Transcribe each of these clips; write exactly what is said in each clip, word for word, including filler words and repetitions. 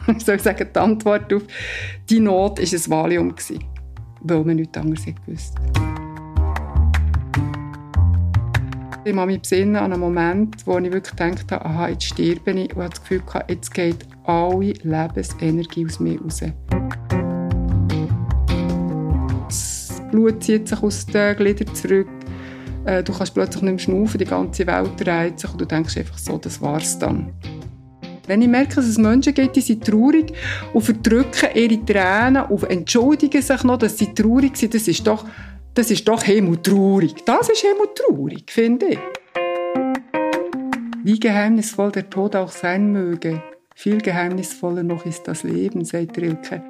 ich soll sagen, die Antwort auf die Not war ein Valium, weil man nichts anderes wusste. Ich kann mich besinnen an einen Moment, wo ich wirklich gedacht habe, aha, jetzt sterbe ich, und habe das Gefühl gehabt, jetzt geht alle Lebensenergie aus mir raus. Das Blut zieht sich aus den Gliedern zurück. Du kannst plötzlich nicht mehr schnaufen, die ganze Welt dreht sich und du denkst einfach so, das war's dann. Wenn ich merke, dass es Menschen gibt, die sind traurig und verdrücken ihre Tränen und entschuldigen sich noch, dass sie traurig sind, das ist doch, das ist doch himmeltraurig. Das ist himmeltraurig, finde ich. Wie geheimnisvoll der Tod auch sein möge, viel geheimnisvoller noch ist das Leben, sagt Rilke.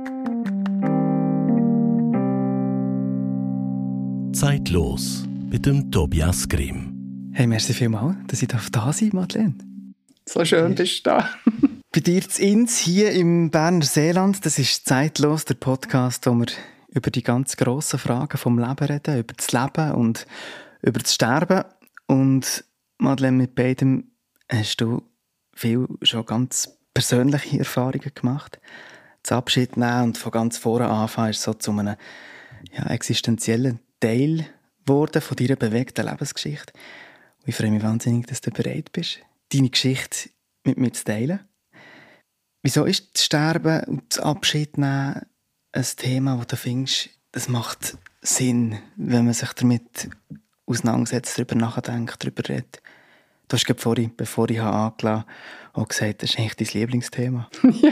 Zeitlos mit dem Tobias Grimm. Hey, merci vielmals, dass ich da sein darf, Madeleine. So schön bist du da. Bei dir zu Inns, hier im Berner Seeland, das ist «Zeitlos», der Podcast, wo wir über die ganz grossen Fragen vom Leben reden, über das Leben und über das Sterben. Und Madeleine, mit beidem hast du viel schon ganz persönliche Erfahrungen gemacht. Das Abschied nehmen und von ganz vorne anfangen ist so zu einem ja, existenziellen Teil geworden von deiner bewegten Lebensgeschichte. Und ich freue mich wahnsinnig, dass du bereit bist, deine Geschichte mit mir zu teilen. Wieso ist das Sterben und das Abschied nehmen ein Thema, das du findest, das macht Sinn, wenn man sich damit auseinandersetzt, darüber nachdenkt, darüber redet? Du hast gerade vorhin, bevor ich angelassen habe, auch gesagt, das ist eigentlich dein Lieblingsthema. ja,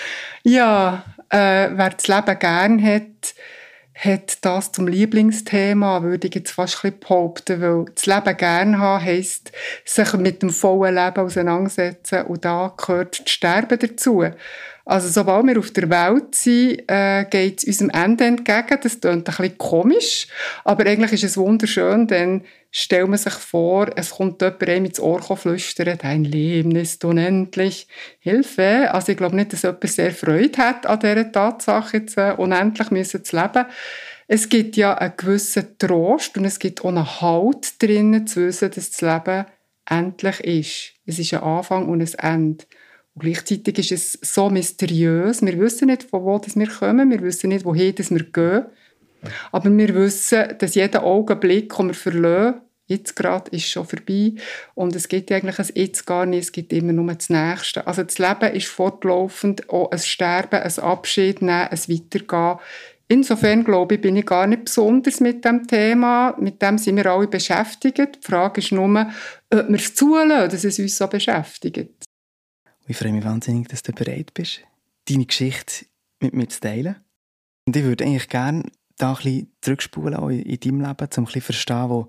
ja äh, wer das Leben gerne hat, hat das zum Lieblingsthema, würde ich jetzt fast ein bisschen behaupten, weil das Leben gerne haben heisst, sich mit dem vollen Leben auseinandersetzen und da gehört das Sterben dazu. Also sobald wir auf der Welt sind, äh, geht es unserem Ende entgegen. Das klingt ein bisschen komisch, aber eigentlich ist es wunderschön, denn stellt man sich vor, es kommt jemand einem ins Ohr flüstern, dein Leben ist unendlich. Hilfe! Also ich glaube nicht, dass jemand sehr Freude hat an dieser Tatsache, jetzt äh, unendlich müssen zu leben. Es gibt ja einen gewissen Trost und es gibt auch einen Halt drinnen, zu wissen, dass das Leben endlich ist. Es ist ein Anfang und ein Ende. Und gleichzeitig ist es so mysteriös. Wir wissen nicht, von wo wir kommen, wir wissen nicht, wohin wir gehen. Aber wir wissen, dass jeder Augenblick, den wir verlieren, jetzt gerade ist schon vorbei. Und es gibt eigentlich ein Jetzt gar nicht, es gibt immer nur das Nächste. Also das Leben ist fortlaufend, auch ein Sterben, ein Abschied nehmen, ein Weitergehen. Insofern, glaube ich, bin ich gar nicht besonders mit dem Thema. Mit dem sind wir alle beschäftigt. Die Frage ist nur, ob wir es zulassen, dass es uns so beschäftigt. Ich freue mich wahnsinnig, dass du bereit bist, deine Geschichte mit mir zu teilen. Und ich würde eigentlich gerne da ein bisschen zurückspulen auch in deinem Leben, um ein bisschen zu verstehen, wo,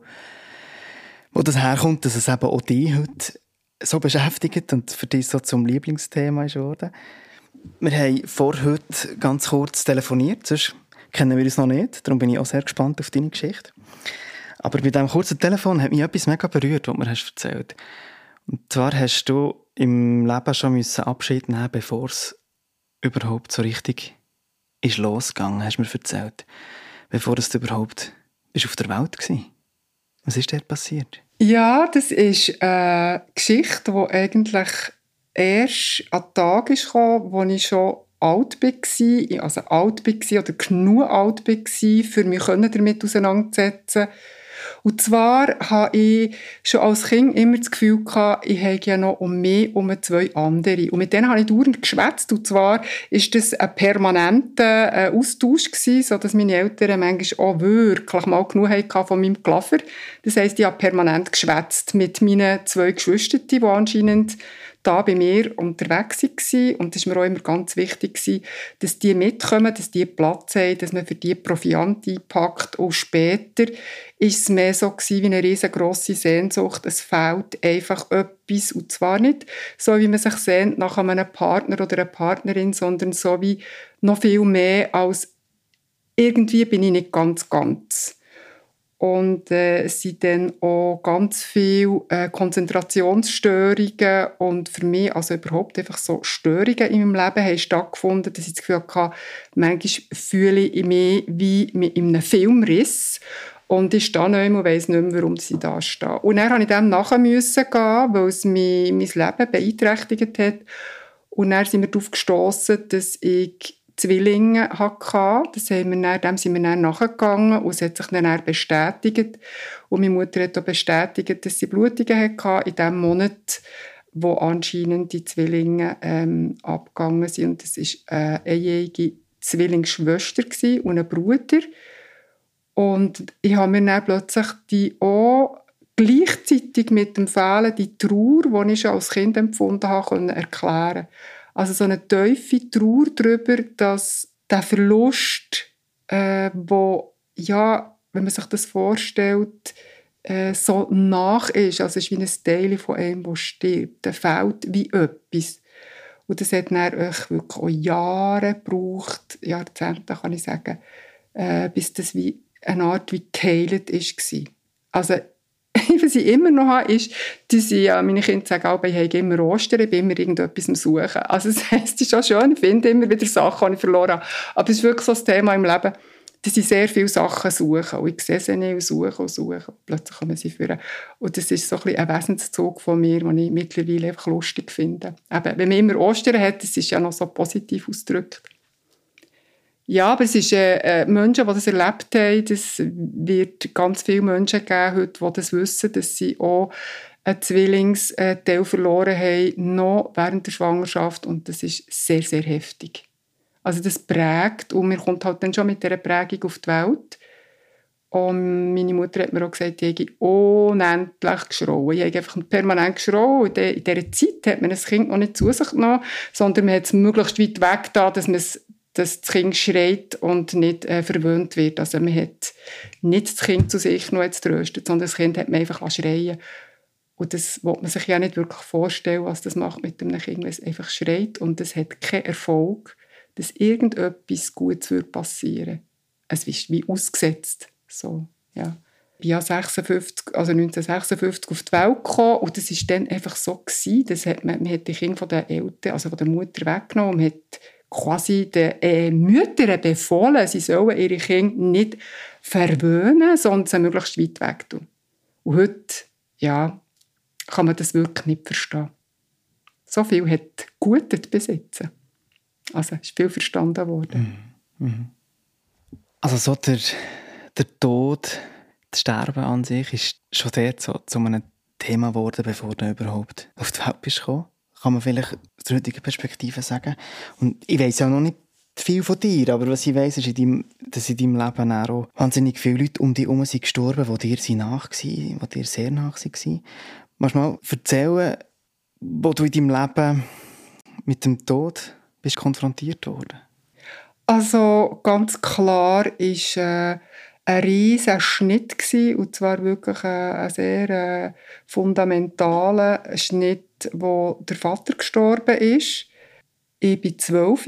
wo das herkommt, dass es eben auch dich heute so beschäftigt und für dich so zum Lieblingsthema ist geworden. Wir haben vor heute ganz kurz telefoniert, sonst kennen wir uns noch nicht. Darum bin ich auch sehr gespannt auf deine Geschichte. Aber bei diesem kurzen Telefon hat mich etwas mega berührt, was du mir hast erzählt. Und zwar hast du im Leben schon müssen Abschied nehmen, bevor es überhaupt so richtig ist losgegangen, hast du mir erzählt. Bevor du überhaupt bist auf der Welt warst. Was ist dort passiert? Ja, das ist eine Geschichte, die eigentlich erst an den Tag kam, wo ich schon alt war, also alt war oder genug alt war, für mich damit auseinanderzusetzen. Und zwar hatte ich schon als Kind immer das Gefühl gehabt, ich habe ja noch um mich um zwei andere. Und mit denen habe ich dauernd geschwätzt. Und zwar war das ein permanenter Austausch gewesen, sodass meine Eltern manchmal auch wirklich mal genug hatten von meinem Klaver. Das heisst, ich habe permanent geschwätzt mit meinen zwei Geschwistern, die anscheinend da bei mir unterwegs waren. Und es war mir auch immer ganz wichtig, dass die mitkommen, dass die Platz haben, dass man für die Proviant einpackt. Und später war es mehr so wie eine riesengroße Sehnsucht. Es fehlt einfach etwas. Und zwar nicht so, wie man sich sehnt nach einem Partner oder einer Partnerin, sondern so wie noch viel mehr als irgendwie bin ich nicht ganz ganz. Und äh, es sind dann auch ganz viele äh, Konzentrationsstörungen und für mich also überhaupt einfach so Störungen in meinem Leben haben stattgefunden, dass ich das Gefühl hatte, manchmal fühle ich mich wie in einem Filmriss und ich stehe nicht mehr und weiss nicht mehr, warum ich da stehe. Und dann musste ich dem nachher gehen, weil es mich, mein Leben beeinträchtigt hat. Und dann sind wir darauf gestossen, dass ich Zwillinge hatte. Das haben wir dann, dem sind wir dann nachgegangen und es hat sich dann bestätigt. Und meine Mutter hat auch bestätigt, dass sie Blutungen hatte in dem Monat, wo anscheinend die Zwillinge ähm, abgegangen sind. Und das war eine einjährige Zwillingsschwester und ein Bruder. Und ich habe mir dann plötzlich die auch gleichzeitig mit dem Fehlen die Trauer, die ich schon als Kind empfunden habe, erklären. Also so eine tiefe Trauer darüber, dass der Verlust, äh, wo, ja, wenn man sich das vorstellt, äh, so nach ist, also es ist wie ein Teil von einem, der stirbt, der fehlt wie etwas. Und das hat dann wirklich auch Jahre gebraucht, Jahrzehnte kann ich sagen, äh, bis das wie eine Art wie geheilt war. Also was ich immer noch habe, ist, dass ich, ja, meine Kinder sagen auch, ich habe immer Ostern, ich bin immer irgendetwas am Suchen. Also das heisst, es ist auch schön, ich finde immer wieder Sachen, die ich verloren habe. Aber es ist wirklich so ein Thema im Leben, dass ich sehr viele Sachen suche. Und ich sehe sie nicht und suche und suche. Und plötzlich kommen sie vor. Und das ist so ein, bisschen ein Wesenszug von mir, den ich mittlerweile einfach lustig finde. Eben, wenn man immer Ostern hat, das ist ja noch so positiv ausgedrückt. Ja, aber es ist äh, Menschen, die das erlebt haben, es wird ganz viele Menschen geben heute, die das wissen, dass sie auch einen Zwillingsteil verloren haben, noch während der Schwangerschaft. Und das ist sehr, sehr heftig. Also das prägt und man kommt halt dann schon mit dieser Prägung auf die Welt. Und meine Mutter hat mir auch gesagt, ich habe unendlich geschrauen. Ich habe einfach permanent geschrauen. In dieser Zeit hat man das Kind noch nicht zu sich genommen, sondern man hat es möglichst weit weg da, dass man es dass das Kind schreit und nicht äh, verwöhnt wird. Also man hat nicht das Kind zu sich noch jetzt tröstet, sondern das Kind hat man einfach schreien. Und das will man sich ja nicht wirklich vorstellen, was das macht mit einem Kind, wenn es einfach schreit. Und es hat keinen Erfolg, dass irgendetwas Gutes passieren würde. Es ist wie ausgesetzt. So, ja. Ich bin ja sechsundfünfzig, also neunzehnhundertsechsundfünfzig auf die Welt gekommen und das war dann einfach so gewesen. Das hat man, man hat die Kinder von der Eltern, also von der Mutter weggenommen. Man hat quasi den äh, Müttern befohlen, sie sollen ihre Kinder nicht verwöhnen, sondern sie möglichst weit weg tun. Und heute, ja, kann man das wirklich nicht verstehen. So viel hat gut besitzen. Also ist viel verstanden worden. Mhm. Also so der, der Tod, das Sterben an sich ist schon dort so zu einem Thema geworden, bevor du überhaupt auf die Welt bist gekommen. Kann man vielleicht aus der heutigen Perspektive sagen. Und ich weiss ja noch nicht viel von dir, aber was ich weiss, ist, in deinem, dass in deinem Leben auch wahnsinnig viele Leute um dich herum sind gestorben, die dir nach waren, die dir sehr nach waren. Magst du mal erzählen, wo du in deinem Leben mit dem Tod bist konfrontiert worden? Also ganz klar ist äh, ein riesiger Schnitt gewesen, und zwar wirklich äh, ein sehr äh, fundamentaler Schnitt, wo der Vater gestorben ist. Ich war zwölf,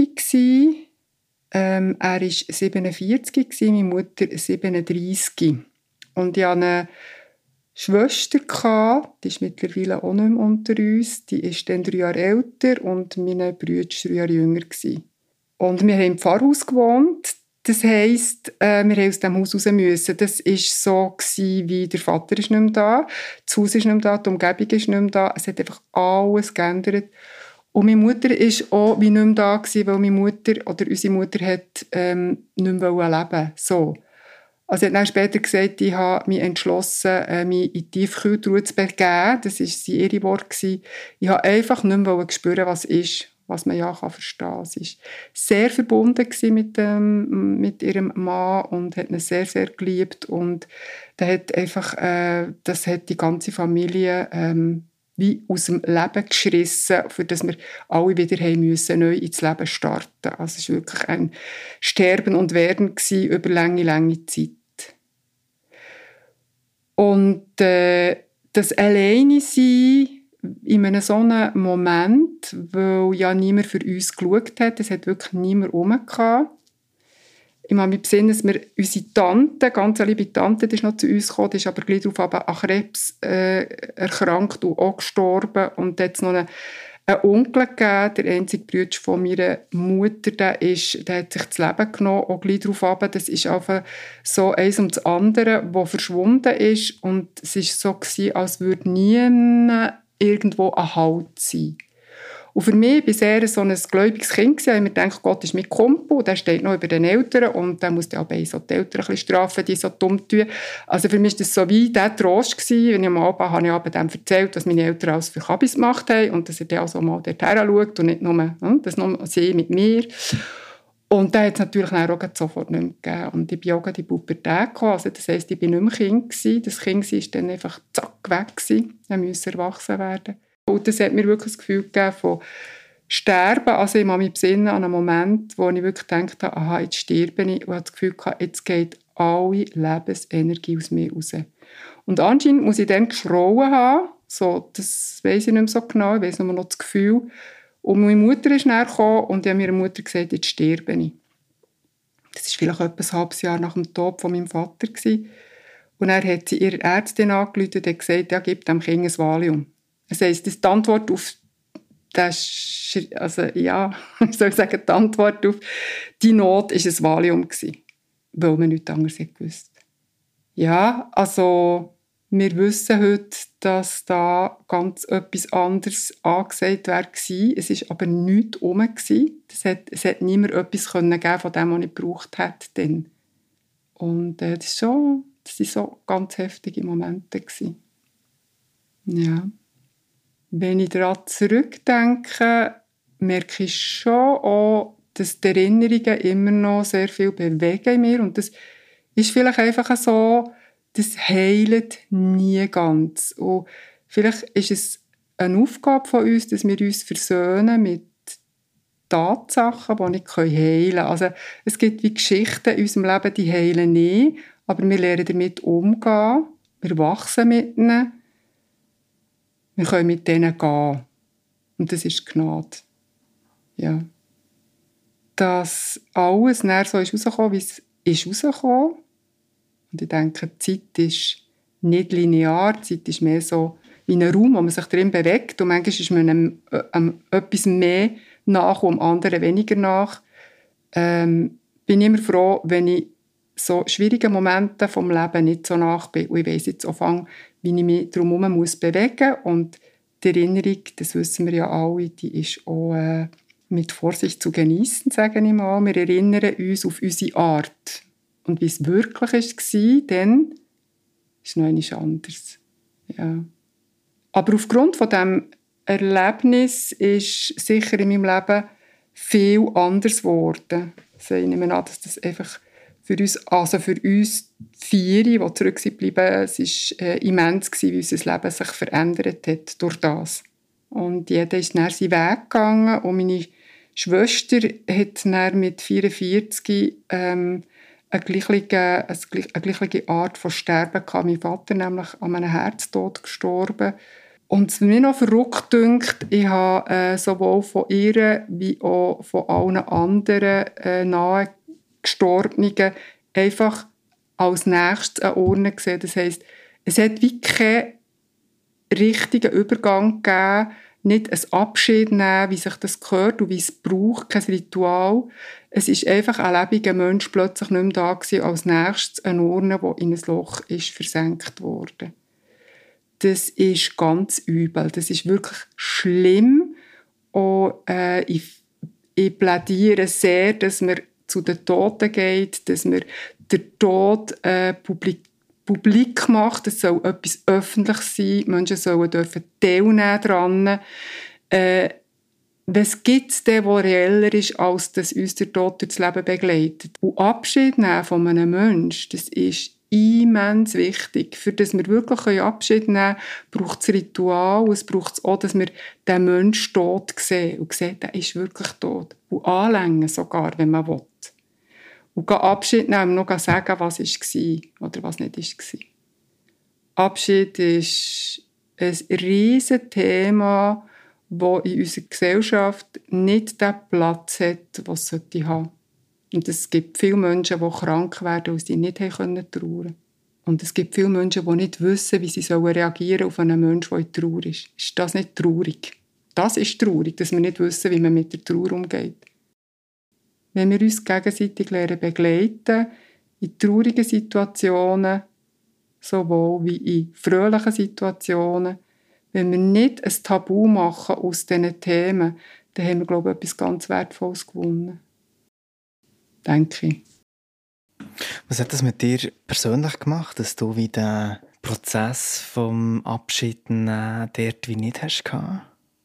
ähm, er war siebenundvierzig, meine Mutter siebenunddreissig. Und ich hatte eine Schwester, die ist mittlerweile auch nicht mehr unter uns. Die ist dann drei Jahre älter und meine Brüder waren drei Jahre jünger. Und wir haben im Pfarrhaus gewohnt. Das heisst, äh, wir mussten aus diesem Haus raus müssen. Das war so, wie der Vater ist nicht mehr da, das Haus ist nicht mehr da, die Umgebung ist nicht mehr da. Es hat einfach alles geändert. Und meine Mutter war auch wie nicht mehr da, weil meine Mutter oder unsere Mutter hat, ähm, nicht mehr leben. So. Also sie hat dann später gesagt, ich habe mich entschlossen, äh, mich in die Tiefkühltruhe zu begeben. Das war ihre Worte. Ich habe einfach nicht mehr spüren, was ist, was man ja kann verstehen kann. Sie war sehr verbunden mit, ähm, mit ihrem Mann und hat ihn sehr, sehr geliebt. Und das hat, einfach, äh, das hat die ganze Familie ähm, wie aus dem Leben geschrissen, für das wir alle wieder haben müssen, neu ins Leben starten. Also es war wirklich ein Sterben und Werden gewesen, über lange, lange Zeit. Und äh, das Alleine-Sein in einem so einem Moment, weil ja niemand für uns geschaut hat, es hat wirklich niemand herum gehabt. Ich kann mich besinnen, dass wir unsere Tante, ganz eine liebe Tante, die ist noch zu uns gekommen, die ist aber gleich darauf an Krebs äh, erkrankt und auch gestorben. Und dann hat es noch einen, einen Onkel gegeben, der einzige Bruder von meiner Mutter, der, ist, der hat sich das Leben genommen, auch gleich darauf an. Das ist einfach so eins um das andere, das verschwunden ist. Und es war so, als würde niemand irgendwo ein Halt sein. Und für mich war sehr so ein gläubiges Kind. Ich habe mir gedacht, Gott ist mein Kumpel, der steht noch über den Eltern und der muss dann auch bei so die Eltern ein bisschen strafen, die so dumm tun. Also für mich war das so wie der Trost gewesen. Wenn ich am Abend habe ich aber dem erzählt, was meine Eltern alles für Kabis gemacht haben und dass er dann auch so mal dorthin schaut und nicht nur, hm, das nur sie mit mir. Und dann hat es natürlich auch sofort nicht mehr gegeben. Und ich bin auch in die Pubertät gekommen. Also das heisst, ich war nicht mehr Kind gewesen. Das Kind war dann einfach zack weg gewesen. Er musste erwachsen werden. Und das hat mir wirklich das Gefühl gegeben von Sterben. Also ich kann mich besinnen an einen Moment, wo ich wirklich gedacht habe, aha, jetzt sterbe ich. Und habe das Gefühl gehabt, jetzt geht alle Lebensenergie aus mir raus. Und anscheinend muss ich dann geschrauen haben. So, das weiss ich nicht mehr so genau. Ich weiss nur noch das Gefühl. Und meine Mutter ist näher gekommen und ich habe meiner Mutter gesagt, jetzt sterbe ich. Das war vielleicht etwa ein halbes Jahr nach dem Tod von meinem Vater. Und dann hat sie ihre Ärztin angerufen und gesagt, ja, gib dem Kind ein Valium. Das heisst, das ist die Antwort auf das, also ja, ich soll sagen, die Antwort auf die Not war ein Valium gewesen, weil man nichts anderes gewusst. Ja, also wir wissen heute, dass da ganz etwas anderes angesagt war. Es war aber nichts herum. Es hat, es hat niemand etwas geben von dem, was ich gebraucht hätte. Und äh, das waren so, so ganz heftige Momente gewesen. Ja. Wenn ich daran zurückdenke, merke ich schon auch, dass die Erinnerungen immer noch sehr viel bewegen in mir. Und das ist vielleicht einfach so, das heilt nie ganz. Und vielleicht ist es eine Aufgabe von uns, dass wir uns versöhnen mit Tatsachen, die nicht heilen können. Also es gibt wie Geschichten in unserem Leben, die heilen nicht, aber wir lernen damit umgehen, wir wachsen mit ihnen, wir können mit denen gehen. Und das ist Gnade. Ja. Dass alles näher so ist rausgekommen, wie es ist rausgekommen. Und ich denke, die Zeit ist nicht linear, die Zeit ist mehr so wie ein Raum, wo man sich drin bewegt. Und manchmal ist man einem, einem etwas mehr nach und dem anderen weniger nach. Ähm, bin immer froh, wenn ich so schwierige Momente vom Leben nicht so nach bin. Und ich weiss jetzt auch, wie ich mich drumherum muss bewegen muss. Und die Erinnerung, das wissen wir ja alle, die ist auch äh, mit Vorsicht zu genießen, sage ich mal. Wir erinnern uns auf unsere Art. Und wie es wirklich war, dann ist noch etwas anderes. Ja. Aber aufgrund von diesem Erlebnis ist sicher in meinem Leben viel anders geworden. Also ich nehme an, dass das einfach für uns, also für uns vier, die zurück sind geblieben, es war äh, immens gewesen, wie unser Leben sich verändert hat durch das. Und jeder ist dann seinen Weg gegangen und meine Schwester hat dann mit vierundvierzig ähm, eine gleiche, eine gleiche Art von Sterben gehabt. Mein Vater nämlich an einem Herztod gestorben. Und was mir noch verrückt dünkt, ich habe äh, sowohl von ihr wie auch von allen anderen äh, nahe Gestorbenen einfach als nächstes eine Urne gesehen. Das heisst, es hat wie keinen richtigen Übergang gegeben, nicht ein Abschied nehmen, wie sich das gehört und wie es braucht, kein Ritual. Es ist einfach ein lebendiger Mensch plötzlich nicht mehr da gewesen, als nächstes eine Urne, die in ein Loch ist versenkt wurde. Das ist ganz übel. Das ist wirklich schlimm. Und, äh, ich, ich plädiere sehr, dass man zu den Toten geht, dass man den Tod äh, publik, publik macht. Es soll etwas Öffentliches sein. Die Menschen sollen dürfen teilnehmen daran. Äh, was gibt es denn, was reeller ist, als dass uns der Tod durchs Leben begleitet? Und Abschied nehmen von einem Menschen, das ist immens wichtig. Für das wir wirklich Abschied nehmen können, braucht es Ritual. Es braucht auch, dass wir den Menschen tot sehen und sehen, der ist wirklich tot. Und anlängen sogar, wenn man will. Und Abschied nehmen und noch sagen, was war oder was nicht war. Abschied ist ein riesiges Thema, das in unserer Gesellschaft nicht den Platz hat, was es sollte haben. Und es gibt viele Menschen, die krank werden, weil sie nicht trauern konnten. Und es gibt viele Menschen, die nicht wissen, wie sie reagieren auf einen Menschen, der in Trauer ist. Ist das nicht traurig? Das ist traurig, dass wir nicht wissen, wie man mit der Trauer umgeht. Wenn wir uns gegenseitig lernen begleiten, in traurigen Situationen, sowohl wie in fröhlichen Situationen, wenn wir nicht ein Tabu machen aus diesen Themen, dann haben wir, glaube ich, etwas ganz Wertvolles gewonnen. Denke ich. Was hat das mit dir persönlich gemacht, dass du wie den Prozess vom Abschied nehmen dort wie nicht hast gehabt?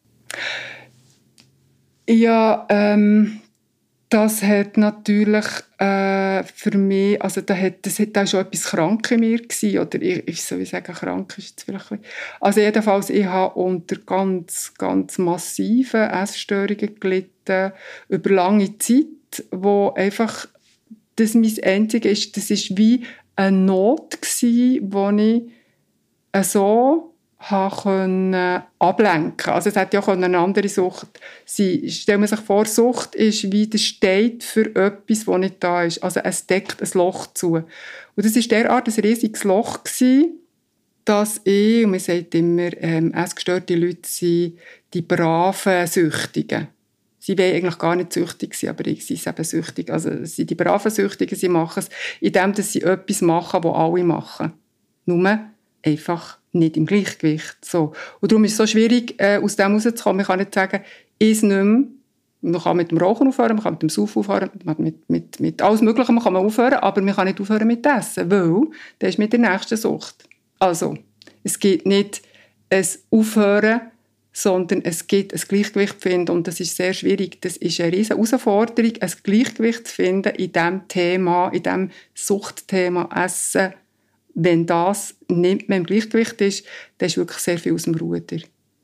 Ja, ähm, das hat natürlich äh, für mich, also da hat, das hat auch schon etwas krank in mir gewesen, oder ich, ich soll sagen, krank ist jetzt vielleicht ein bisschen. Also jedenfalls, ich habe unter ganz, ganz massiven Essstörungen gelitten, über lange Zeit, wo einfach, das mein Einzige ist, das ist wie eine Not gewesen, wo ich so konnte ablenken. Also es hätte ja eine andere Sucht sein. Stell mir sich vor, Sucht ist wie der Stein für etwas, das nicht da ist. Also es deckt ein Loch zu. Und das war derart ein riesiges Loch gewesen, dass ich, und man sagt immer, ähm, essgestörte Leute sind die braven Süchtigen. Sie wollen eigentlich gar nicht süchtig sein, aber sie sind eben süchtig. Also sie sind die braven Süchtigen, sie machen es, indem sie etwas machen, was alle machen. Nur einfach nicht im Gleichgewicht. So. Und darum ist es so schwierig, äh, aus dem rauszukommen. Man kann nicht sagen, ich nicht mehr. Man kann mit dem Rauchen aufhören, man kann mit dem Saufen aufhören, mit, mit, mit, mit alles Mögliche kann man aufhören, aber man kann nicht aufhören mit Essen, weil das ist mit der nächsten Sucht. Also, es geht nicht ein Aufhören, sondern es gibt ein Gleichgewicht zu finden und das ist sehr schwierig. Das ist eine riesige Herausforderung, ein Gleichgewicht zu finden in diesem Thema, in diesem Suchtthema Essen. Wenn das nicht mehr im Gleichgewicht ist, dann ist wirklich sehr viel aus dem Ruder.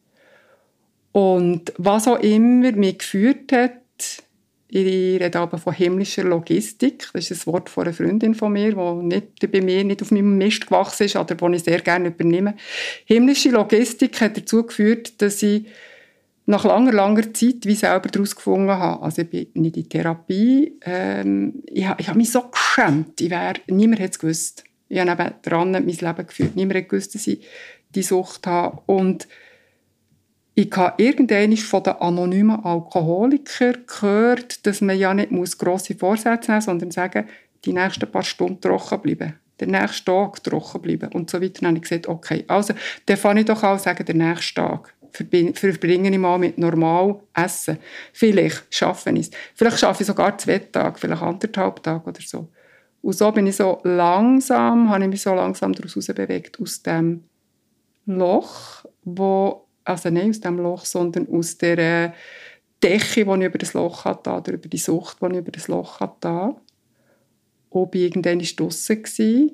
Und was auch immer mich geführt hat, ich rede aber von himmlischer Logistik, das ist ein Wort von einer Freundin von mir, die nicht bei mir nicht auf meinem Mist gewachsen ist, oder die ich sehr gerne übernehme. Himmlische Logistik hat dazu geführt, dass ich nach langer, langer Zeit wie selber daraus gefunden habe. Also ich bin nicht in Therapie. Ähm, ich habe, ich habe mich so geschämt. Ich wär, niemand hat es gewusst. Ich habe nebenan mein Leben geführt. Niemand hat gewusst, dass ich die Sucht habe. Und ich habe irgendwann von den anonymen Alkoholikern gehört, dass man ja nicht grosse Vorsätze nehmen muss, sondern sagen, die nächsten paar Stunden trocken bleiben, den nächsten Tag trocken bleiben und so weiter. Dann habe ich gesagt, okay, also dann fange ich doch an sagen, den nächsten Tag verbringe ich mal mit normal Essen. Vielleicht schaffe ich es. Vielleicht schaffe ich sogar zwei Tage, vielleicht anderthalb Tage oder so. Und so bin ich so langsam, habe ich mich so langsam daraus bewegt, aus dem Loch, wo also nicht aus dem Loch, sondern aus der Decke, die ich über das Loch hatte, oder über die Sucht, die ich über das Loch hatte. Und ich war irgendwann draussen.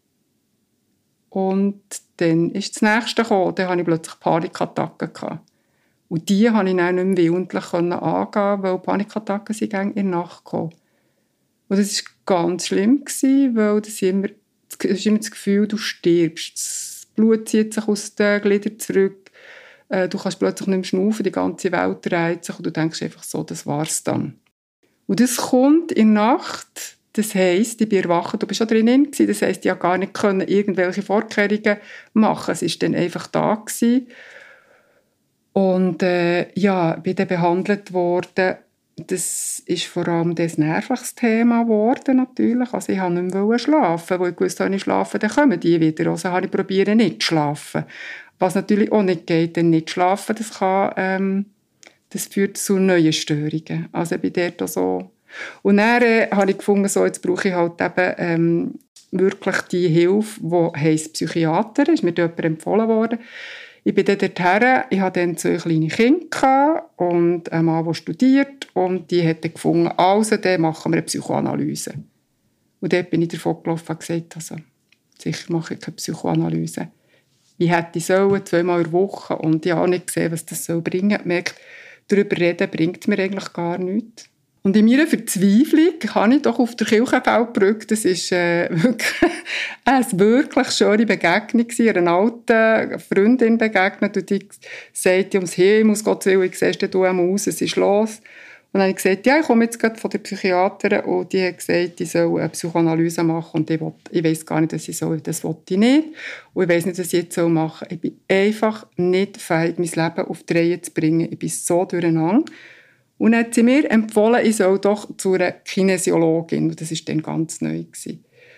Und dann ist das Nächste gekommen. Dann hatte ich plötzlich Panikattacken. Und die konnte ich dann nicht mehr willentlich angehen, weil Panikattacken sind in der Nacht gekommen. Und das war ganz schlimm, weil das immer, das ist immer das Gefühl, du stirbst. Das Blut zieht sich aus den Gliedern zurück. Du kannst plötzlich nicht mehr schnaufen, die ganze Welt dreht sich und du denkst einfach so, das war's dann. Und das kommt in der Nacht, das heisst, ich bin erwacht, du bist schon drinnen gewesen, das heisst, ich konnte gar nicht können, irgendwelche Vorkehrungen machen. Es war dann einfach da gewesen. Und äh, ja, ich bin dann behandelt worden. Das ist vor allem das nerviges Thema geworden, natürlich. Also ich wollte nicht mehr schlafen, weil ich wusste, wenn ich schlafe, dann kommen die wieder. Also habe ich probiert, nicht zu schlafen. Was natürlich auch nicht geht, denn nicht schlafen, das, kann, ähm, das führt zu neuen Störungen. Also ich bin dort auch so. Und dann äh, habe ich gefunden, so, jetzt brauche ich halt eben ähm, wirklich die Hilfe, die heisst Psychiater, ist mir dort empfohlen worden. Ich bin dann dorthin, ich hatte dann zwei kleine Kinder und einen Mann, der studiert, und die hat dann gefunden, also dann machen wir eine Psychoanalyse. Und dort bin ich davon gelaufen und gesagt, also, sicher mache ich keine Psychoanalyse. Wie hätte ich sollen, zweimal in der Woche, und ich habe nicht gesehen, was das soll bringen. Ich habe gemerkt, darüber reden bringt mir eigentlich gar nichts. Und in meiner Verzweiflung habe ich doch auf der Kirchenfeldbrücke, das war äh, wirklich eine wirklich schöne Begegnung, einer alten Freundin begegnet, und die sagte, ums Himmels Gott will, ich sehe du einmal raus, es ist los. Und dann habe ich gesagt, ja, ich komme jetzt gerade von der Psychiaterin, und die hat gesagt, ich soll eine Psychoanalyse machen, und ich, will, ich weiss gar nicht, was ich soll, das wollte ich nicht. Und ich weiss nicht, was ich jetzt machen soll. Ich bin einfach nicht fähig, mein Leben auf die Reihe zu bringen. Ich bin so durcheinander. Und dann hat sie mir empfohlen, ich soll doch zu einer Kinesiologin. Und das war dann ganz neu gewesen.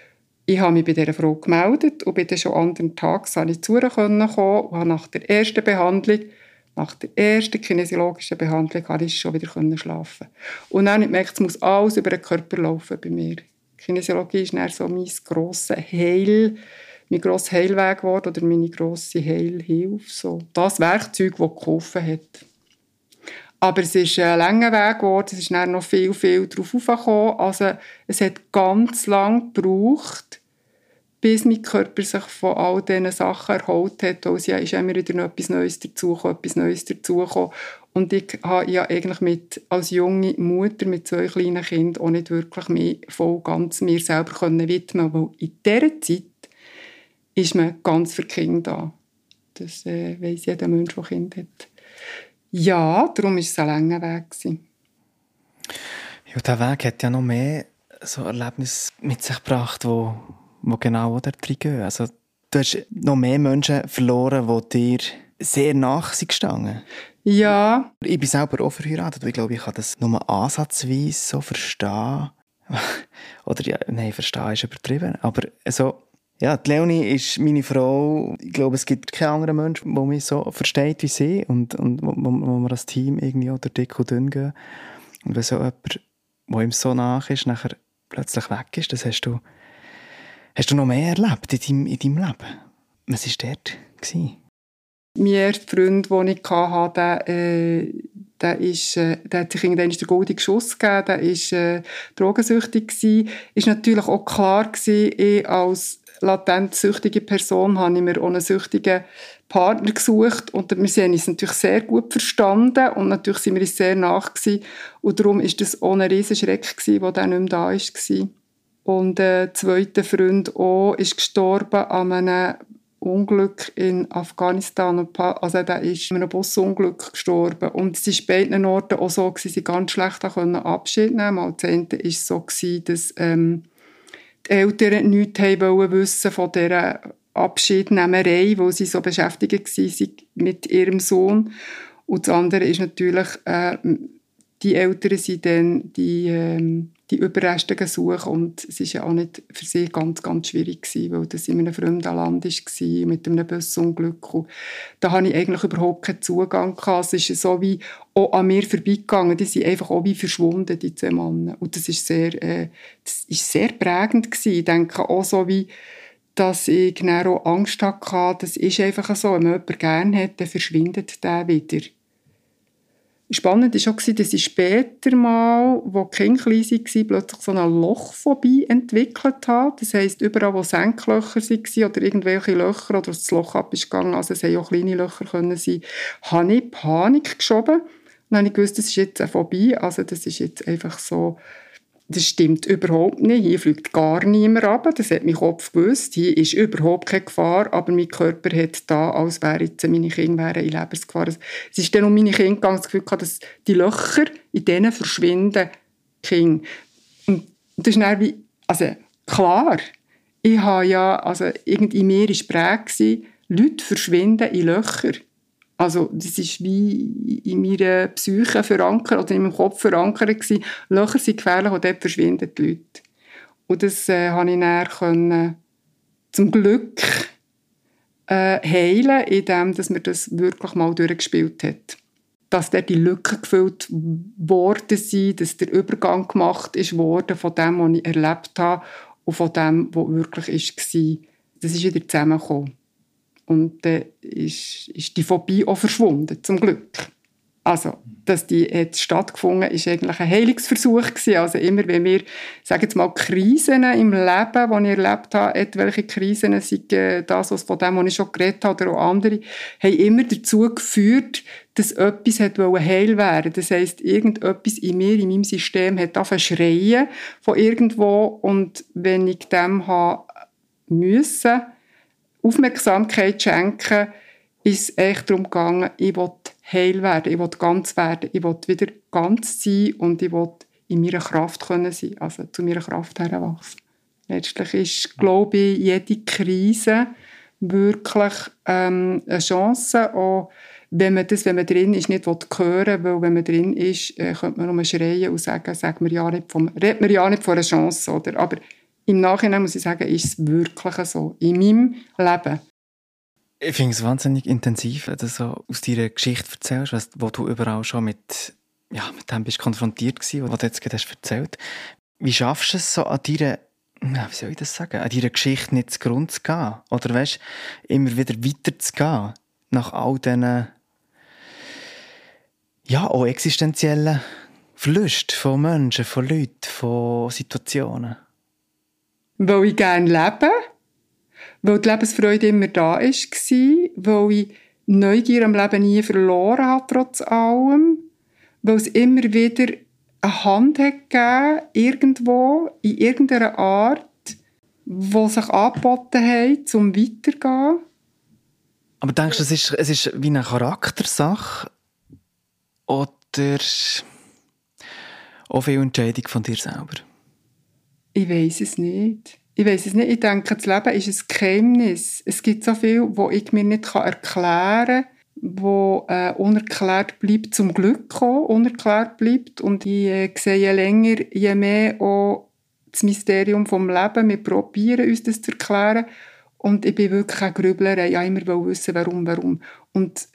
Ich habe mich bei dieser Frau gemeldet und bin dann schon anderen Tages zu ihr kommen und habe nach der ersten Behandlung, nach der ersten kinesiologischen Behandlung, konnte ich schon wieder schlafen. Und dann habe ich gemerkt, es muss alles über den Körper laufen bei mir. Kinesiologie ist dann so mein grosser Heil, mein grosser Heilweg geworden oder meine grosse Heilhilfe. So. Das Werkzeug, das geholfen hat. Aber es ist ein langer Weg geworden, es ist dann noch viel, viel darauf aufgekommen. Also es hat ganz lange gebraucht, bis mein Körper sich von all diesen Sachen erholt hat. Also ja, ist immer wieder noch etwas Neues dazugekommen, etwas Neues dazugekommen. Und ich habe ja eigentlich mit, als junge Mutter mit zwei kleinen Kindern auch nicht wirklich mehr voll ganz mir selber können widmen können. Weil in dieser Zeit ist man ganz für Kinder da. Das äh, weiss jeder Mensch, der Kinder hat. Ja, darum war es ein langer Weg. Ja, dieser Weg hat ja noch mehr so Erlebnisse mit sich gebracht, wo, wo genau da drin gehen. Also, du hast noch mehr Menschen verloren, die dir sehr nach sind gestanden. Ja. Ich bin selber auch verheiratet. Ich glaube, ich kann das nur ansatzweise so verstehen. Oder ja, nein, verstehen ist übertrieben. Aber so, ja, die Leonie ist meine Frau. Ich glaube, es gibt keinen anderen Menschen, der mich so versteht wie sie und, und wo, wo wir als Team irgendwie oder dick und dünn gehen. Und wenn so jemand, der ihm so nach ist, nachher plötzlich weg ist, das hast du, hast du noch mehr erlebt in deinem, in deinem Leben. Was war dort? Mein erster Freund, den ich hatte, der, äh, der, ist, äh, der hat sich irgendwann den goldenen Schuss gegeben, der war äh, drogensüchtig gewesen. Ist natürlich auch klar gewesen, ich als latent süchtige Person habe ich mir auch einen süchtigen Partner gesucht und wir haben uns natürlich sehr gut verstanden und natürlich sind wir uns sehr nach gewesen. Und darum war das auch ein riesen Schreck gewesen, wo der nicht mehr da war. Und der zweite Freund auch ist gestorben an einem Unglück in Afghanistan. Also der ist in einem Busunglück gestorben. Und es war bei beiden Orten auch so, dass sie ganz schlecht Abschied nehmen konnten. Das eine war so, dass ähm, die Eltern nichts haben wissen von dieser Abschiednehmerei, wo sie so beschäftigt waren mit ihrem Sohn. Und das andere ist natürlich, äh, die Eltern sind dann die, ähm, die Überreste suchen und es war ja auch nicht für sie ganz, ganz schwierig gewesen, weil das in einem fremden Land war, mit einem Busunglück. Und da hatte ich eigentlich überhaupt keinen Zugang gehabt. Es ist so wie auch an mir vorbeigegangen. Die sind einfach auch wie verschwunden, die zwei Männer. Und das ist sehr, äh, das ist sehr prägend gewesen. Ich denke auch so wie, dass ich dann auch Angst hatte. Das ist einfach so. Wenn man jemanden gerne hat, dann verschwindet der wieder. Spannend war auch, dass ich später mal, als die Kinder klein waren, plötzlich so eine Lochphobie entwickelt habe. Das heisst, überall, wo Senklöcher waren oder irgendwelche Löcher oder das Loch abgegangen, also es haben auch kleine Löcher können sein, habe ich Panik geschoben. Und dann habe ich gewusst, das ist jetzt eine Phobie, also das ist jetzt einfach so, das stimmt überhaupt nicht. Hier fliegt gar niemand runter. Das hat mein Kopf gewusst. Hier ist überhaupt keine Gefahr. Aber mein Körper hat da, als wären jetzt meine Kinder wären in Lebensgefahr. Es ist dann um meine Kinder gegangen, das Gefühl, dass die Löcher in denen verschwinden. Kinder. Und das ist dann wie, also klar, ich habe ja, also irgendwie in mir war prägt, Leute verschwinden in Löcher. Also das ist wie in meiner Psyche verankert oder in meinem Kopf verankert gewesen. Löcher sind gefährlich und dort verschwinden die Leute. Und das äh, konnte ich dann können, zum Glück äh, heilen, indem dass mir das wirklich mal durchgespielt hat. Dass dort die Lücken gefüllt worden sind, dass der Übergang gemacht ist worden von dem, was ich erlebt habe und von dem, was wirklich war. Das ist wieder zusammengekommen. Und dann ist, ist die Phobie auch verschwunden, zum Glück. Also, dass die jetzt stattgefunden ist eigentlich ein Heilungsversuch gewesen. Also immer, wenn wir, sagen jetzt mal, Krisen im Leben, die ich erlebt habe, etwelche Krisen, sei das, was von dem, was ich schon geredet habe, oder auch andere, haben immer dazu geführt, dass etwas heil werden wollte. Das heisst, irgendetwas in mir, in meinem System, hat angefangen zu schreien von irgendwo. Und wenn ich dem habe müssen, Aufmerksamkeit schenken, ist es echt darum gegangen, ich will heil werden, ich will ganz werden, ich will wieder ganz sein und ich will in meiner Kraft können sein, also zu meiner Kraft heranwachsen. Letztlich ist, glaube ich, jede Krise wirklich ähm, eine Chance, auch wenn man das, wenn man drin ist, nicht hören will, weil wenn man drin ist, äh, könnte man nur schreien und sagen, sag mir ja nicht vom, redet mir ja nicht von einer Chance, oder? Aber im Nachhinein muss ich sagen, ist es wirklich so. In meinem Leben. Ich finde es wahnsinnig intensiv, wenn du so aus deiner Geschichte erzählst, wo du überall schon mit, ja, mit dem bist konfrontiert gewesen, was du jetzt gerade hast erzählt. Wie schaffst du es so an deiner, wie soll ich das sagen, an deiner Geschichte nicht zugrunde zu gehen? Oder weißt, immer wieder weiterzugehen nach all diesen, ja, auch existenziellen Verlusten von Menschen, von Leuten, von Situationen? Weil ich gerne lebe, weil die Lebensfreude immer da war, weil ich Neugier am Leben nie verloren habe, trotz allem, weil es immer wieder eine Hand hat gegeben, irgendwo, in irgendeiner Art, die sich angeboten hat, um weiterzugehen. Aber denkst du, es ist, es ist wie eine Charaktersache oder auch viel Entscheidung von dir selber? Ich weiss es nicht. Ich weiss es nicht. Ich denke, das Leben ist ein Geheimnis. Es gibt so viel, das ich mir nicht erklären kann, wo äh, unerklärt bleibt, zum Glück auch unerklärt bleibt. Und ich äh, sehe je länger, je mehr auch das Mysterium vom Leben. Wir probieren uns das zu erklären. Und ich bin wirklich eine Grüblerei. Ich immer wissen, warum, warum. Und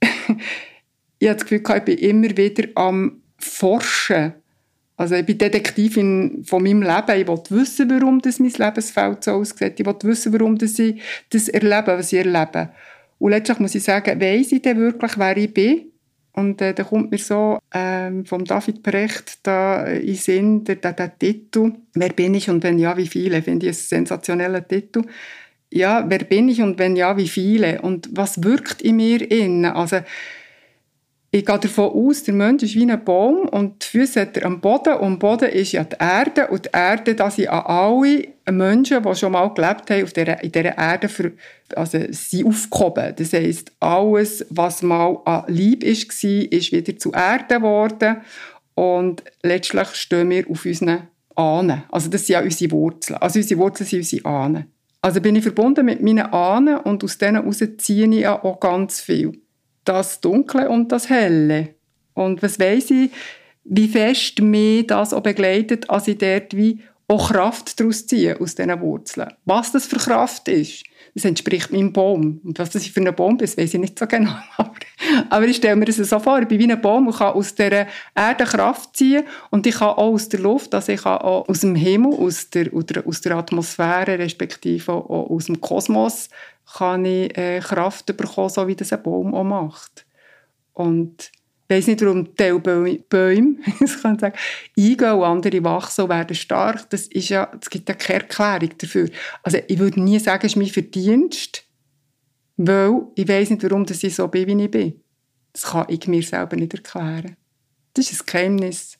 ich habe das Gefühl, ich bin immer wieder am Forschen. Also ich bin Detektivin von meinem Leben. Ich will wissen, warum das mein Lebensfeld so aussieht. Ich will wissen, warum das ich das erlebe, was ich erlebe. Und letztlich muss ich sagen, weiss ich denn wirklich, wer ich bin? Und äh, da kommt mir so ähm, vom David Brecht da in den Sinn, der, der, der Titel «Wer bin ich und wenn ja, wie viele?» Finde ich einen sensationellen Titel. Ja, wer bin ich und wenn ja, wie viele? Und was wirkt in mir innen? Also ich gehe davon aus, der Mensch ist wie ein Baum und die Füße hat er am Boden und am Boden ist ja die Erde und die Erde, das sind an alle Menschen, die schon mal gelebt haben auf dieser, in dieser Erde, für, also sind aufgehoben. Das heisst, alles, was mal an Leib war, ist wieder zu Erde geworden und letztlich stehen wir auf unseren Ahnen. Also das sind ja unsere Wurzeln. Also unsere Wurzeln sind unsere Ahnen. Also bin ich verbunden mit meinen Ahnen und aus denen heraus ziehe ich ja auch ganz viel. Das Dunkle und das Helle. Und was weiss ich, wie fest mich das auch begleitet, als ich dort wie auch Kraft daraus ziehe, aus diesen Wurzeln. Was das für Kraft ist, das entspricht meinem Baum. Und was das für ein Baum ist, weiss ich nicht so genau. Aber ich stelle mir das so vor, ich bin wie ein Baum und kann aus dieser Erde Kraft ziehen und ich kann auch aus der Luft, also ich kann auch aus dem Himmel, aus der, oder aus der Atmosphäre, respektive auch aus dem Kosmos, kann ich äh, Kraft bekommen, so wie das ein Baum auch macht. Und ich weiss nicht, warum Teilbäume sagen, eingehen und andere wachsen und werden stark. Das ist ja, es gibt ja keine Erklärung dafür. Also ich würde nie sagen, es ist mein Verdienst, weil ich weiss nicht, warum ich so bin, wie ich bin. Das kann ich mir selber nicht erklären. Das ist ein Geheimnis.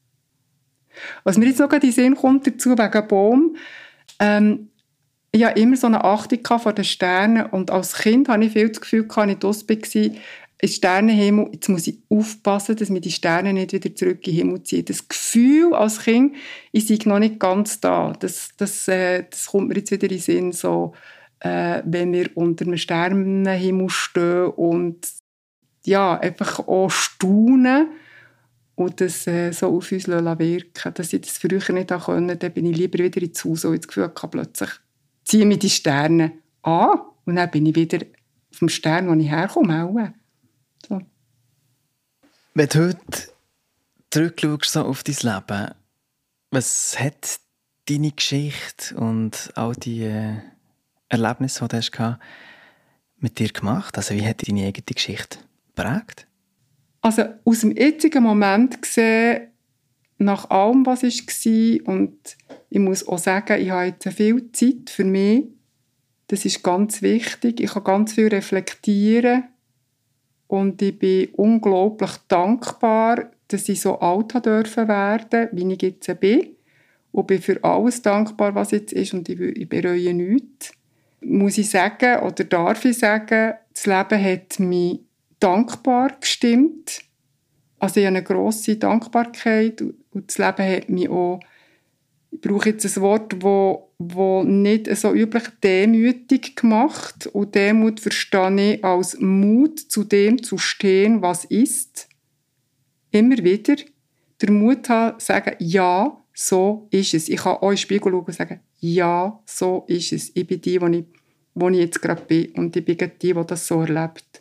Was mir jetzt noch in den Sinn kommt dazu, wegen Baum, ähm, ich hatte immer so eine Achtung vor den Sternen und als Kind hatte ich viel das Gefühl, als ich draussen war, im Sternenhimmel, jetzt muss ich aufpassen, dass mir die Sterne nicht wieder zurück in den Himmel ziehen. Das Gefühl als Kind, ich sei noch nicht ganz da. Das, das, äh, das kommt mir jetzt wieder in den Sinn, so, äh, wenn wir unter einem Sternenhimmel stehen und ja, einfach auch staunen und das äh, so auf uns wirken. Dass ich das früher nicht konnte, dann bin ich lieber wieder ins Haus und das Gefühl hatte, plötzlich ziehe mich die Sterne an und dann bin ich wieder auf dem Stern, wo ich herkomme. Auch. So. Wenn du heute zurückschaust so auf dein Leben, was hat deine Geschichte und all die äh, Erlebnisse, die du hast, mit dir gemacht? Also wie hat deine eigene Geschichte geprägt? Also aus dem jetzigen Moment gesehen, nach allem, was war, und ich muss auch sagen, ich habe jetzt viel Zeit für mich. Das ist ganz wichtig. Ich kann ganz viel reflektieren und ich bin unglaublich dankbar, dass ich so alt dürfen werden, wie ich jetzt bin. Und bin für alles dankbar, was jetzt ist, und ich, ich bereue nichts. Muss ich sagen, oder darf ich sagen, das Leben hat mich dankbar gestimmt. Also ich habe eine grosse Dankbarkeit und das Leben hat mich auch, ich brauche jetzt ein Wort, wo, wo nicht so üblich demütig gemacht. Und Demut verstehe ich als Mut, zu dem zu stehen, was ist. Immer wieder den Mut haben, zu sagen, ja, so ist es. Ich kann auch in den Spiegel schauen und sagen, ja, so ist es. Ich bin die, wo ich, wo ich jetzt gerade bin. Und ich bin die, die das so erlebt.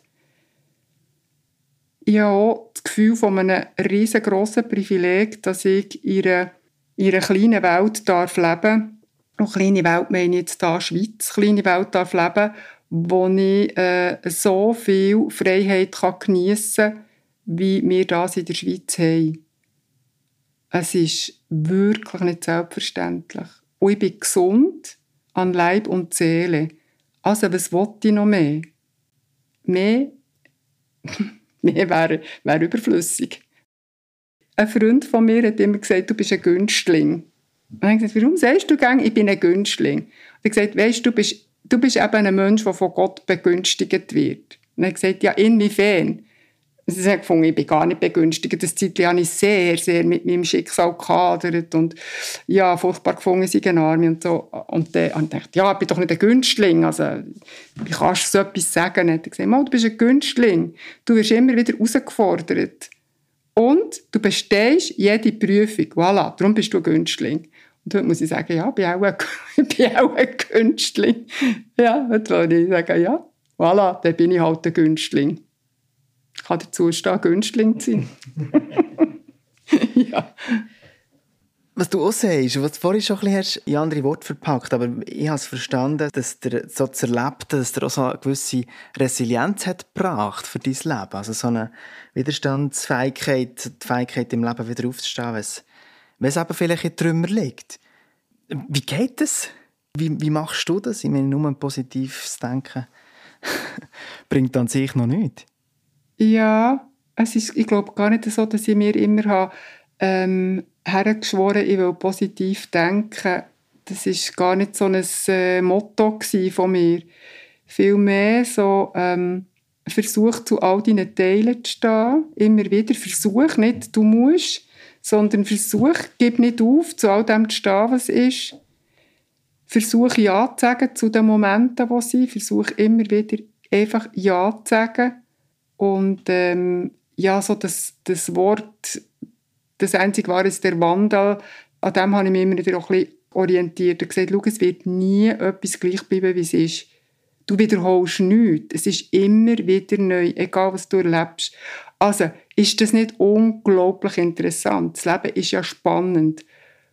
Ich habe auch das Gefühl von einem riesengroßen Privileg, dass ich in einer, in einer kleinen Welt darf leben darf. Und kleine Welt meine ich jetzt hier Schweiz. Kleine Welt darf leben, wo ich äh, so viel Freiheit kann geniessen kann, wie wir das in der Schweiz haben. Es ist wirklich nicht selbstverständlich. Und ich bin gesund an Leib und Seele. Also, was wollte ich noch mehr? Mehr, mehr wäre, wäre überflüssig. Ein Freund von mir hat immer gesagt, du bist ein Günstling. Und ich habe gesagt, warum sagst du gern, ich bin ein Günstling? Und er hat gesagt, weisst, du bist, du bist eben ein Mensch, der von Gott begünstigt wird. Und er hat gesagt, ja, inwiefern? Und sie hat gefunden, ich bin gar nicht begünstigt. Das Zeitchen habe ich sehr, sehr mit meinem Schicksal gehadert und ja, furchtbar gefunden, sie in Arme und so. Und dann habe ich gedacht, ja, ich bin doch nicht ein Günstling. Also, wie kannst du so etwas sagen? Und er hat gesagt, du bist ein Günstling. Du wirst immer wieder herausgefordert. Und du bestehst jede Prüfung. Voilà, darum bist du ein Günstling. Und heute muss ich sagen, ja, ich bin auch ein, ich bin auch ein Günstling. Ja, heute würde ich sagen, ja, voilà, dann bin ich halt ein Günstling. Ich kann dazu stehen, Günstling zu sein. Ja. Was du auch sagst, was du vorhin schon ein bisschen hast, in andere Worte verpackt, aber ich habe es verstanden, dass der so zu erleben, dass der auch so eine gewisse Resilienz hat gebracht für dein Leben. Also so eine Widerstandsfähigkeit, die Fähigkeit im Leben wieder aufzustehen, wenn es, wenn es eben vielleicht in Trümmer liegt. Wie geht das? Wie, wie machst du das? Ich meine, nur ein positives Denken bringt an sich noch nichts. Ja, es ist, ich glaube gar nicht so, dass ich mir immer habe, ähm, hergeschworen, ich will positiv denken. Das war gar nicht so ein äh, Motto von mir. Vielmehr so ähm, Versuch, zu all deinen Teilen zu stehen. Immer wieder Versuch, nicht du musst, sondern Versuch, gib nicht auf, zu all dem zu stehen, was ist. Versuch Ja zu sagen zu den Momenten, die sind. Versuch immer wieder einfach Ja zu sagen. Und ähm, ja, so das, das Wort, das einzige war ist der Wandel, an dem habe ich mich immer wieder auch ein bisschen orientiert und gesagt, schau, es wird nie etwas gleich bleiben, wie es ist. Du wiederholst nichts, es ist immer wieder neu, egal was du erlebst. Also, ist das nicht unglaublich interessant? Das Leben ist ja spannend.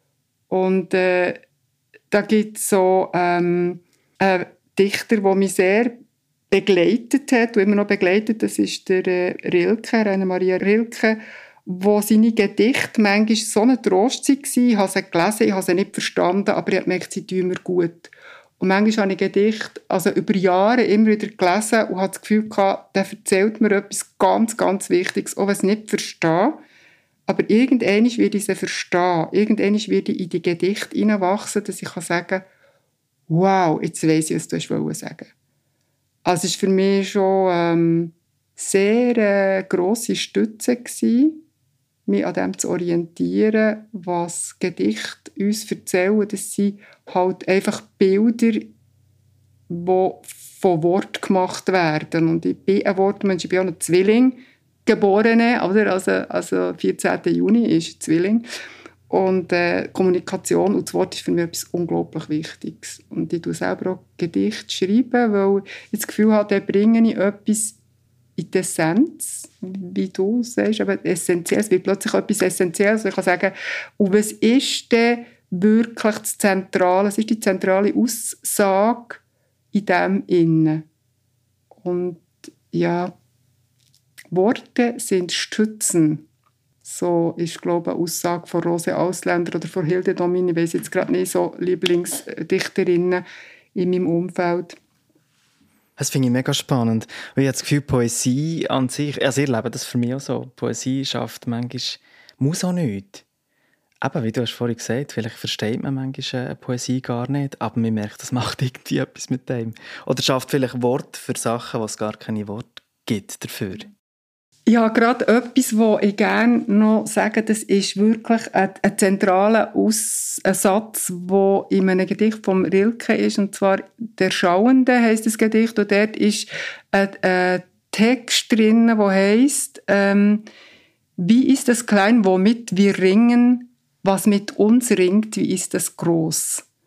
Und äh, da gibt es so ähm, einen Dichter, der mich sehr begleitet hat und immer noch begleitet, das ist der äh, Rilke, Rainer Maria Rilke, wo seine Gedichte manchmal so eine Trost waren. Ich habe sie gelesen, ich habe sie nicht verstanden, aber ich habe gemerkt, sie tun mir gut. Und manchmal habe ich Gedichte also über Jahre immer wieder gelesen und habe das Gefühl gehabt, der erzählt mir etwas ganz, ganz Wichtiges, auch wenn ich es nicht verstehe. Aber irgendwann werde ich sie verstehen. Irgendwann werde ich in die Gedichte hineinwachsen, dass ich sagen kann, wow, jetzt weiss ich, was du sagen wolltest. Also es war für mich schon ähm, sehr äh, grosse Stütze gewesen, mich an dem zu orientieren, was Gedichte uns erzählen. Das sind halt einfach Bilder, die von Wort gemacht werden. Und ich bin ein Wortmensch, ich bin auch ein Zwilling, Geborene, oder? Also, also vierzehnten Juni ist ein Zwilling. Und äh, Kommunikation und das Wort ist für mich etwas unglaublich Wichtiges. Und ich schreibe selber auch Gedichte schreiben, weil ich das Gefühl habe, da bringe ich etwas in die Essenz, wie du sagst, aber essentiell. Es wird plötzlich etwas Essentielles. Ich kann sagen, und was ist denn wirklich das Zentrale? Was ist die zentrale Aussage in dem Innen? Und ja, Worte sind Stützen. So ist, glaube ich, eine Aussage von Rose Ausländer oder von Hilde Domin. Ich weiss jetzt gerade nicht, so Lieblingsdichterinnen in meinem Umfeld. Das finde ich mega spannend. Ich habe das Gefühl, Poesie an sich, also ich erlebe das für mich auch so, Poesie schafft manchmal, muss auch nichts. Aber wie du hast vorhin gesagt, vielleicht versteht man manchmal eine Poesie gar nicht, aber man merkt, das macht irgendwie etwas mit dem. Oder schafft vielleicht Worte für Sachen, wo es gar keine Worte gibt dafür. Ja, gerade etwas, was ich gerne noch sage, das ist wirklich ein, ein zentraler Aus, ein Satz, der in einem Gedicht von Rilke ist, und zwar «Der Schauende» heisst das Gedicht, und dort ist ein, ein Text drin, der heisst ähm, «Wie ist das klein, womit wir ringen, was mit uns ringt, wie ist das groß?»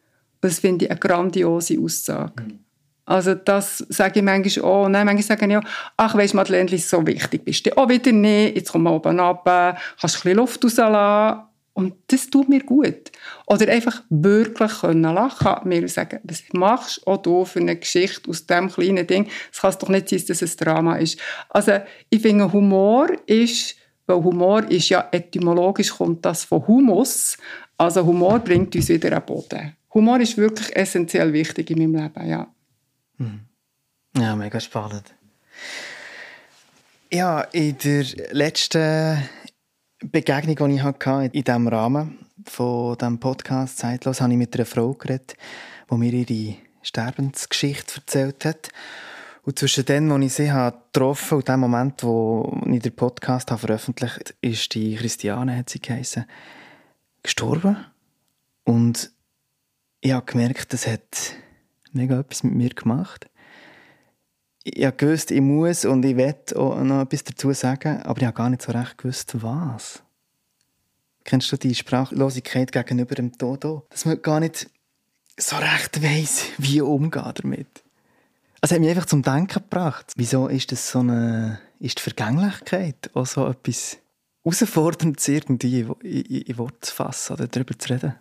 Das finde ich eine grandiose Aussage. Mhm. Also das sage ich manchmal auch. Und dann manchmal sage ich auch, ach weisst Madeleine, so wichtig bist du auch wieder nicht. Jetzt komm mal oben runter, kannst ein bisschen Luft rauslassen. Und das tut mir gut. Oder einfach wirklich können lachen. Mir sagen, was machst auch du für eine Geschichte aus diesem kleinen Ding? Es kann doch nicht sein, dass es ein Drama ist. Also ich finde, Humor ist, weil Humor ist ja etymologisch, kommt das von Humus. Also Humor bringt uns wieder an den Boden. Humor ist wirklich essentiell wichtig in meinem Leben, ja. Ja, mega spannend. Ja, in der letzten Begegnung, die ich hatte, in diesem Rahmen von diesem Podcast «Zeitlos», habe ich mit einer Frau geredet, die mir ihre Sterbensgeschichte erzählt hat. Und zwischen dem, wo ich sie habe getroffen und dem Moment, wo ich den Podcast habe veröffentlicht habe, ist die Christiane, hat sie geheissen, gestorben. Und ich habe gemerkt, das hat mega etwas mit mir gemacht. Ich habe gewusst, ich muss und ich will auch noch etwas dazu sagen, aber ich habe gar nicht so recht gewusst, was. Kennst du die Sprachlosigkeit gegenüber dem Tod? Dass man gar nicht so recht weiss, wie umgehen damit. Es hat mich einfach zum Denken gebracht. Wieso ist das so eine... Ist die Vergänglichkeit auch so etwas Herausforderndes irgendwie in, in, in Worte zu fassen oder darüber zu reden?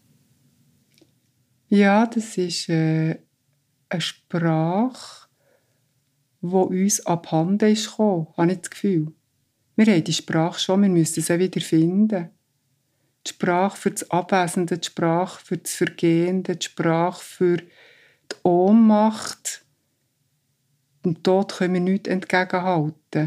Ja, das ist äh, eine Sprache, die uns abhanden ist gekommen, habe ich das Gefühl. Wir haben die Sprache schon, wir müssen sie wieder finden. Die Sprache für das Abwesende, die Sprache für das Vergehende, die Sprache für die Ohnmacht. Dem Tod können wir nichts entgegenhalten.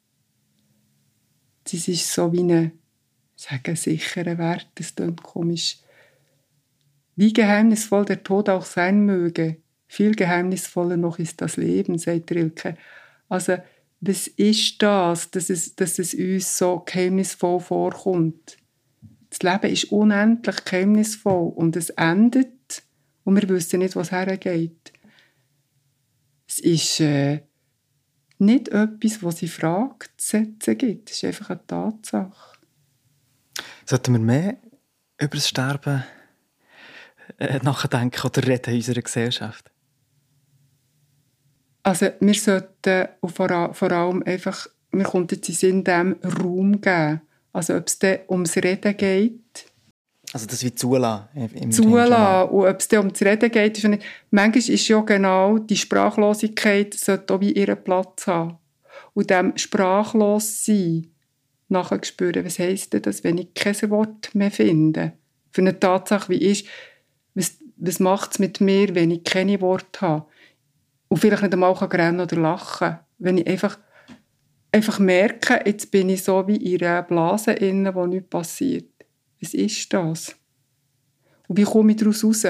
Das ist so wie ein, sagen, sicherer Wert, das klingt komisch. Wie geheimnisvoll der Tod auch sein möge, viel geheimnisvoller noch ist das Leben, sagt Rilke. Also, was ist das, dass es, dass es uns so geheimnisvoll vorkommt? Das Leben ist unendlich geheimnisvoll und es endet und wir wissen nicht, was hergeht. Es ist äh, nicht etwas, was in Frage zu setzen gibt. Es ist einfach eine Tatsache. Sollten wir mehr über das Sterben äh, nachdenken oder reden in unserer Gesellschaft? Also wir sollten vor, vor allem einfach, mir kommt jetzt in Sinn, dem Raum geben. Also ob es dann ums Reden geht. Also das wie zulassen. Im zulassen. Und ob es dann ums Reden geht, ist ja nicht. Manchmal ist ja genau die Sprachlosigkeit, sollte auch wie ihren Platz haben. Und dem Sprachlossein nachher spüren, was heisst denn das, wenn ich kein Wort mehr finde? Für eine Tatsache wie ist, was, was macht es mit mir, wenn ich keine Worte habe? Und vielleicht nicht einmal rennen oder lachen kann. Wenn ich einfach, einfach merke, jetzt bin ich so wie in einer Blase inne, wo nichts passiert. Was ist das? Und wie komme ich daraus raus?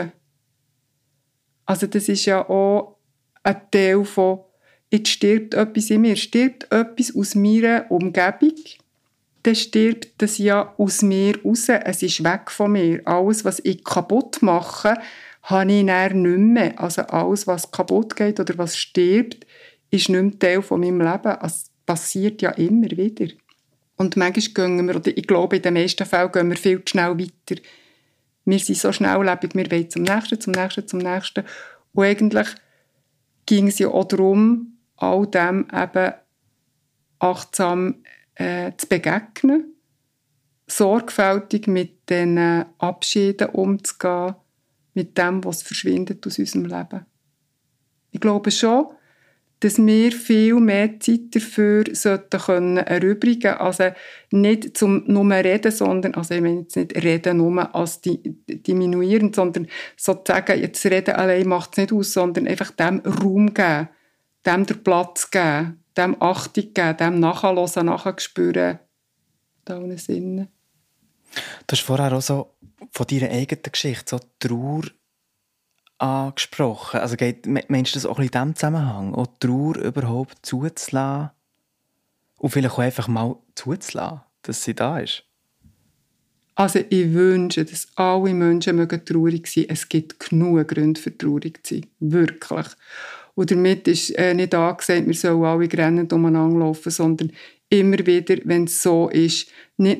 Also das ist ja auch ein Teil von, jetzt stirbt etwas in mir, stirbt etwas aus meiner Umgebung, dann stirbt das ja aus mir raus. Es ist weg von mir. Alles, was ich kaputt mache, habe ich dann nicht mehr. Also alles, was kaputt geht oder was stirbt, ist nicht mehr Teil von meinem Leben. Es passiert ja immer wieder. Und manchmal gehen wir, oder ich glaube, in den meisten Fällen gehen wir viel zu schnell weiter. Wir sind so schnelllebig, wir wollen zum Nächsten, zum Nächsten, zum Nächsten. Und eigentlich ging es ja auch darum, all dem eben achtsam äh, zu begegnen, sorgfältig mit den Abschieden umzugehen, mit dem, was verschwindet aus unserem Leben. Ich glaube schon, dass wir viel mehr Zeit dafür sollten können erübrigen. Also nicht zum nur reden, sondern, also ich meine jetzt nicht reden nur als diminuierend, sondern sozusagen, jetzt reden allein macht es nicht aus, sondern einfach dem Raum geben, dem den Platz geben, dem Achtung geben, dem nachhören, nachspüren. In allen Sinnen. Du hast vorher auch so von deiner eigenen Geschichte, so Trauer angesprochen. Also geht, meinst du das auch in diesem Zusammenhang? Auch Trauer überhaupt zuzulassen? Und vielleicht auch einfach mal zuzulassen, dass sie da ist? Also ich wünsche, dass alle Menschen mögen traurig sein. Es gibt genug Gründe für traurig zu sein. Wirklich. Und damit ist äh, nicht angesagt, wir sollen alle grennend umeinander laufen, sondern immer wieder, wenn es so ist, nicht noch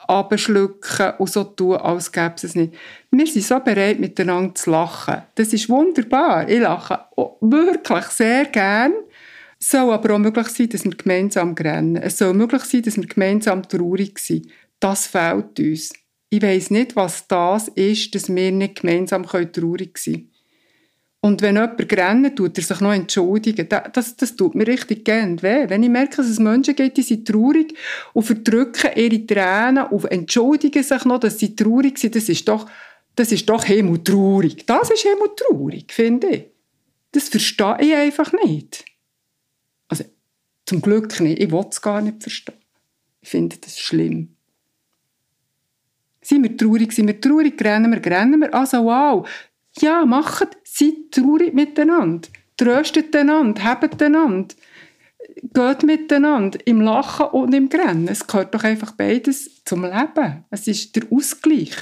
abschlucken und so tun, als gäbe es es nicht. Wir sind so bereit, miteinander zu lachen. Das ist wunderbar. Ich lache wirklich sehr gern. Es soll aber auch möglich sein, dass wir gemeinsam rennen. Es soll möglich sein, dass wir gemeinsam traurig sind. Das fehlt uns. Ich weiss nicht, was das ist, dass wir nicht gemeinsam traurig sein können. Und wenn jemand rennt, tut er sich noch entschuldigen. Das, das, das tut mir richtig gerne weh. Wenn ich merke, dass es Menschen gibt, die sind traurig und verdrücken ihre Tränen und entschuldigen sich noch, dass sie traurig sind, das ist doch, das ist doch himmeltraurig. Das ist himmeltraurig, finde ich. Das verstehe ich einfach nicht. Also, zum Glück nicht. Ich will es gar nicht verstehen. Ich finde das schlimm. Sind wir traurig, sind wir traurig, rennen wir, rennen wir. Also wow, ja, macht, seid traurig miteinander. Tröstet einander, habt einander. Geht miteinander, im Lachen und im Rennen. Es gehört doch einfach beides zum Leben. Es ist der Ausgleich.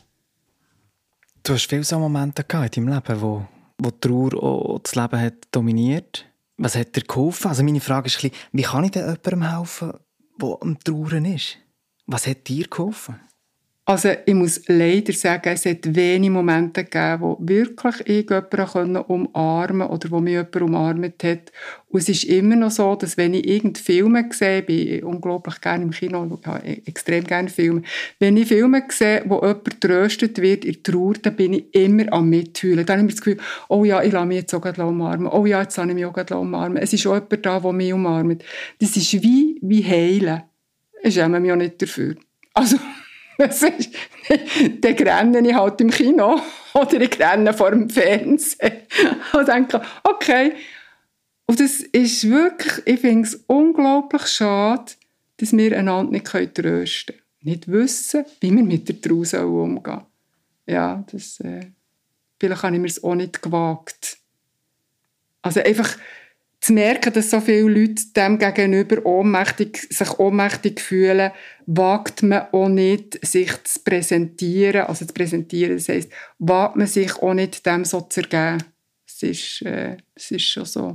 Du hast viele so Momente gehabt in deinem Leben, wo, wo die Trauer auch das Leben hat dominiert. Was hat dir geholfen? Also meine Frage ist ein bisschen, wie kann ich denn jemandem helfen, der am Trauern ist? Was hat dir geholfen? Also ich muss leider sagen, es hat wenige Momente gegeben, wo wirklich ich jemanden umarmen konnte oder wo mich jemand umarmt hat. Und es ist immer noch so, dass wenn ich irgendeine Filme sehe, bin ich unglaublich gerne im Kino, ja, extrem gerne Filme, wenn ich Filme sehe, wo jemand tröstet wird in Trauer, dann bin ich immer am Mitheulen. Dann habe ich das Gefühl, oh ja, ich lasse mich jetzt auch gleich umarmen. Oh ja, jetzt lasse ich mich auch gleich umarmen. Es ist auch jemand da, der mich umarmt. Das ist wie, wie heilen. Ich schäme mich auch nicht dafür. Also... Dann renne ich halt im Kino oder ich renne vor dem Fernsehen und denke, okay. Und das ist wirklich, ich finde es unglaublich schade, dass wir einander nicht trösten können. Nicht wissen, wie wir mit der Trauer umgehen sollen. Ja, das, äh, vielleicht habe ich mir es auch nicht gewagt. Also einfach zu merken, dass so viele Leute dem gegenüber ohnmächtig, sich ohnmächtig fühlen, wagt man auch nicht, sich zu präsentieren. Also zu präsentieren, das heisst, wagt man sich auch nicht, dem so zu ergeben. Es ist, äh, es ist schon so.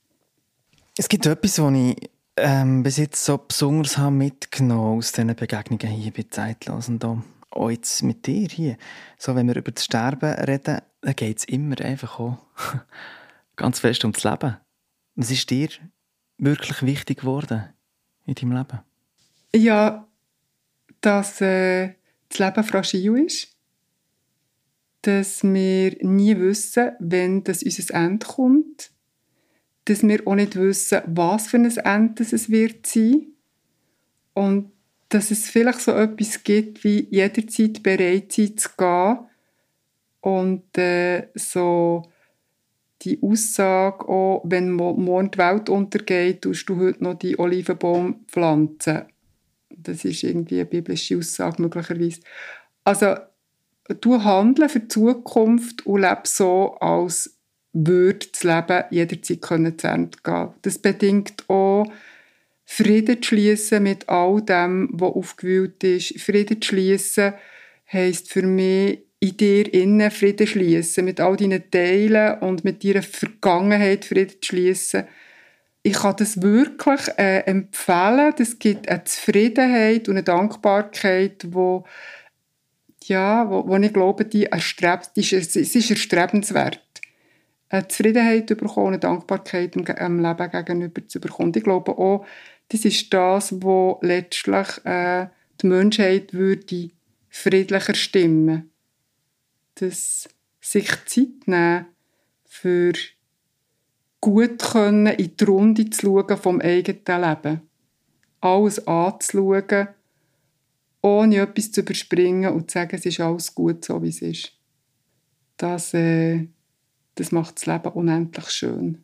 Es gibt etwas, was ich ähm, bis jetzt so besonders habe mitgenommen aus diesen Begegnungen hier bei Zeitlos und auch, auch jetzt mit dir hier. So, wenn wir über das Sterben reden, dann geht es immer einfach auch ganz fest ums Leben. Was ist dir wirklich wichtig geworden in deinem Leben? Ja, dass äh, das Leben fragil ist. Dass wir nie wissen, wann das unser Ende kommt. Dass wir auch nicht wissen, was für ein Ende es wird sein. Und dass es vielleicht so etwas gibt, wie jederzeit bereit sein zu gehen. Und äh, so... die Aussage auch, wenn morgen die Welt untergeht, tust du heute noch die Olivenbaum pflanzen. Das ist irgendwie eine biblische Aussage möglicherweise. Also, du handelst für die Zukunft und lebst so, als würde das Leben jederzeit zu Ende gehen. Das bedingt auch, Frieden zu schliessen mit all dem, was aufgewühlt ist. Frieden zu schliessen heisst für mich, in dir innen Frieden schliessen, mit all deinen Teilen und mit deiner Vergangenheit Frieden schliessen. Ich kann das wirklich äh, empfehlen. Das gibt eine Zufriedenheit und eine Dankbarkeit, wo, ja, wo, wo ich glaube, die erstrebt, die ist, es ist erstrebenswert. Eine Zufriedenheit zu bekommen, eine Dankbarkeit dem, dem Leben gegenüber zu bekommen. Ich glaube auch, das ist das, was letztlich äh, die Menschheit würde friedlicher stimmen. Dass sich Zeit nehmen, für gut können, in die Runde zu schauen vom eigenen Leben. Alles anzuschauen, ohne etwas zu überspringen und zu sagen, es ist alles gut, so wie es ist. Das, äh, das macht das Leben unendlich schön.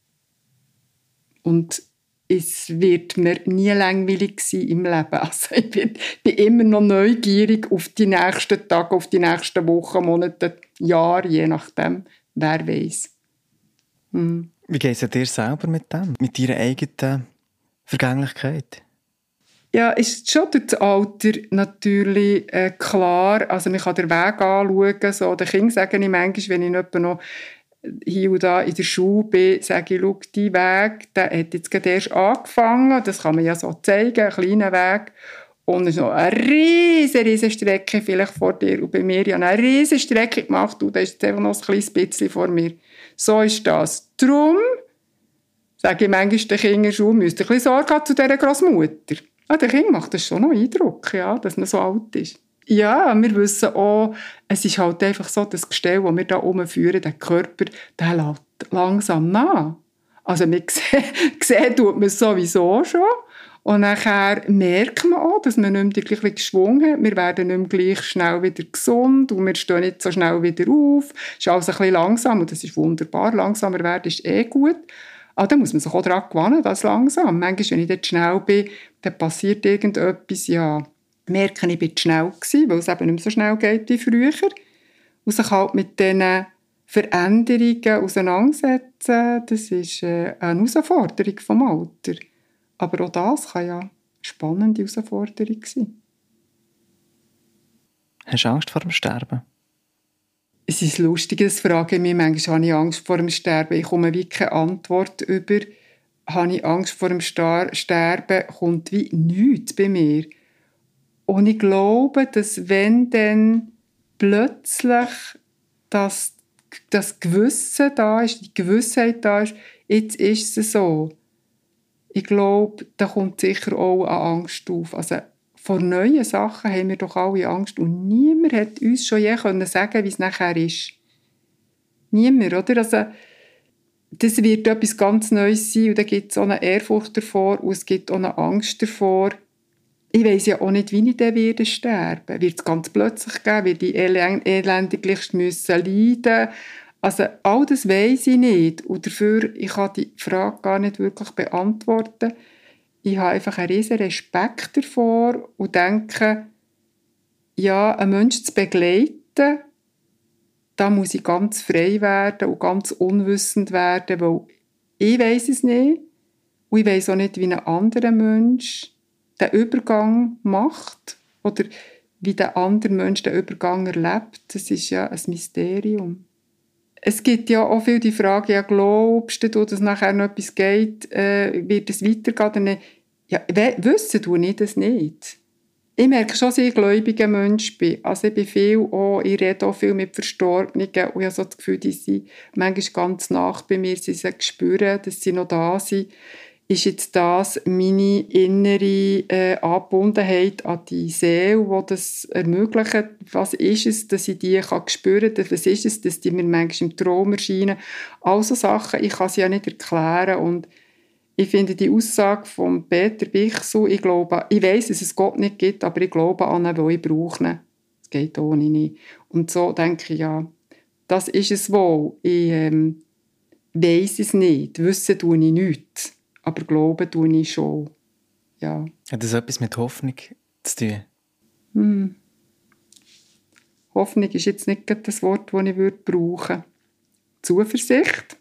Und es wird mir nie langweilig sein im Leben. Also ich bin, bin immer noch neugierig auf die nächsten Tage, auf die nächsten Wochen, Monate, Jahre, je nachdem, wer weiß. Hm. Wie geht es dir selber mit dem? Mit deiner eigenen Vergänglichkeit? Ja, ist schon durch das Alter natürlich äh, klar. Also man kann den Weg anschauen. So, den Kindern sage ich manchmal, wenn ich nicht noch hier und da in der Schule bin, sage ich, schau, dein Weg, der hat jetzt gerade erst angefangen. Das kann man ja so zeigen, einen kleinen Weg. und es ist noch eine riesige, riesige Strecke vielleicht vor dir und bei mir. Ich habe eine riesige Strecke gemacht und da ist jetzt einfach noch ein kleines bisschen vor mir. So ist das. Darum sage ich manchmal den Kindern schon, müsst ihr ein bisschen Sorge haben zu dieser Grossmutter. Ah, der Kind macht das schon noch Eindruck, ja, dass man so alt ist. Ja, wir wissen auch, es ist halt einfach so, das Gestell, das wir da rumführen, der Körper, der lässt langsam nach. Also wir sehen, sehen tut man es sowieso schon. Und nachher merkt man auch, dass man nicht mehr den gleichen Schwung hat. Wir werden nicht mehr gleich schnell wieder gesund und wir stehen nicht so schnell wieder auf. Es ist alles ein bisschen langsam und das ist wunderbar. Langsamer werden ist eh gut. Aber da muss man sich auch daran gewöhnen, das langsam. Manchmal, wenn ich dort schnell bin, dann passiert irgendetwas, ja, merke ich, ich bin schnell gewesen, weil es eben nicht mehr so schnell geht wie früher. Und sich halt mit diesen Veränderungen auseinandersetzen, das ist äh, eine Herausforderung vom Alter. Aber auch das kann ja eine spannende Herausforderung sein. Hast du Angst vor dem Sterben? Es ist lustig, das frage ich mich. Manchmal habe ich Angst vor dem Sterben. Ich komme wie keine Antwort über. Habe ich Angst vor dem Star- Sterben, kommt wie nichts bei mir. Und ich glaube, dass wenn dann plötzlich das, das Gewissen da ist, die Gewissheit da ist, jetzt ist es so. Ich glaube, da kommt sicher auch eine Angst auf. Also vor neuen Sachen haben wir doch alle Angst. Und niemand hat uns schon je können sagen, wie es nachher ist. Niemand, oder? Also, das wird etwas ganz Neues sein und da gibt es auch eine Ehrfurcht davor und es gibt auch eine Angst davor. Ich weiss ja auch nicht, wie ich dann werde sterben. Wird es ganz plötzlich geben? Wird ich elendiglich müssen leiden? Also all das weiss ich nicht. Und dafür, ich kann die Frage gar nicht wirklich beantworten. Ich habe einfach einen riesen Respekt davor und denke, ja, einen Menschen zu begleiten, da muss ich ganz frei werden und ganz unwissend werden, weil ich weiss es nicht und ich weiss auch nicht, wie ein anderer Mensch den Übergang macht oder wie der andere Mensch den Übergang erlebt. Das ist ja ein Mysterium. Es gibt ja auch viel die Frage, ja, glaubst du, dass nachher noch etwas geht, äh, wird es weitergehen oder nicht? Ja, wissen du nicht, das nicht. Ich merke schon, dass ich ein gläubiger Mensch bin. Also ich bin viel auch, ich rede auch viel mit Verstorbenen und ich habe so das Gefühl, die sind manchmal ganz nah bei mir, sie spüren, dass sie noch da sind. Ist jetzt das meine innere äh, Angebundenheit an die Seele, die das ermöglicht? Was ist es, dass ich die kann spüren kann? Was ist es, dass die mir manchmal im Traum erscheinen? All so Sachen, ich kann sie ja nicht erklären. Und ich finde die Aussage von Peter Bichsel, ich glaube, ich weiss, dass es Gott nicht gibt, aber ich glaube an ihn, weil ich brauche ihn. Es geht ohne nicht. Und so denke ich, ja, das ist es wohl. Ich ähm, weiss es nicht, wissen tue ich nichts. Aber glauben tue ich schon. Ja. Hat das etwas mit Hoffnung zu tun? Hm. Hoffnung ist jetzt nicht das Wort, das ich würde brauchen. Zuversicht.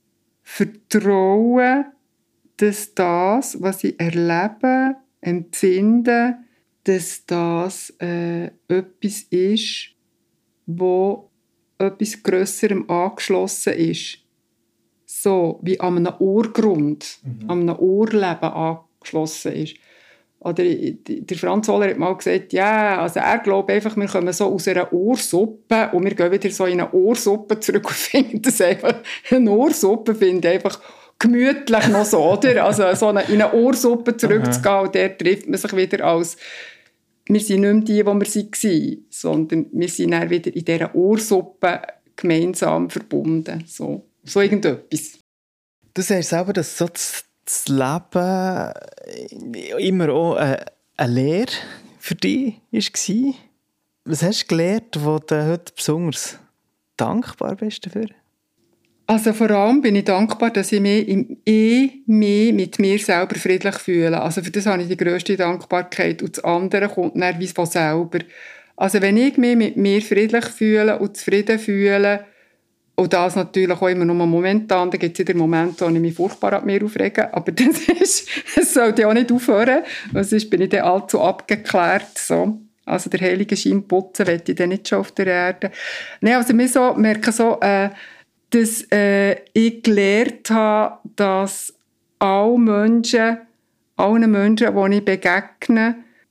Vertrauen, dass das, was ich erlebe, empfinde, dass das äh, etwas ist, wo etwas Grösserem angeschlossen ist. So wie an einem Urgrund, mhm. an einem Urleben angeschlossen ist. Oder der Franz Holler hat mal gesagt, ja, also er glaubt einfach, wir kommen so aus einer Ursuppe und wir gehen wieder so in eine Ursuppe zurück und finden das einfach, eine Ursuppe finde ich einfach gemütlich noch so, oder? Also so eine, in eine Ursuppe zurückzugehen und dort trifft man sich wieder als, wir sind nicht mehr die, die wir waren, sondern wir sind dann wieder in dieser Ursuppe gemeinsam verbunden, so. So irgendetwas. Du sagst selber, dass so das, das Leben immer auch eine, eine Lehre für dich war. Was hast du gelernt, wo du heute besonders dankbar bist dafür? Also vor allem bin ich dankbar, dass ich mich, im ich mich mit mir selber friedlich fühle. Also für das habe ich die grösste Dankbarkeit. Und das andere kommt dann wie von selber. Also wenn ich mich mit mir friedlich fühle und zufrieden fühle, und das natürlich auch immer nur momentan. Da gibt es wieder Momente, wo ich mich furchtbar an mir aufrege. Aber das, ist, das sollte auch nicht aufhören. Weil sonst bin ich dann allzu abgeklärt. So. Also der heilige Schein putzen will ich dann nicht schon auf der Erde. Nein, also wir so, merken so, äh, dass äh, ich gelernt habe, dass alle Menschen, allen Menschen, die ich begegne,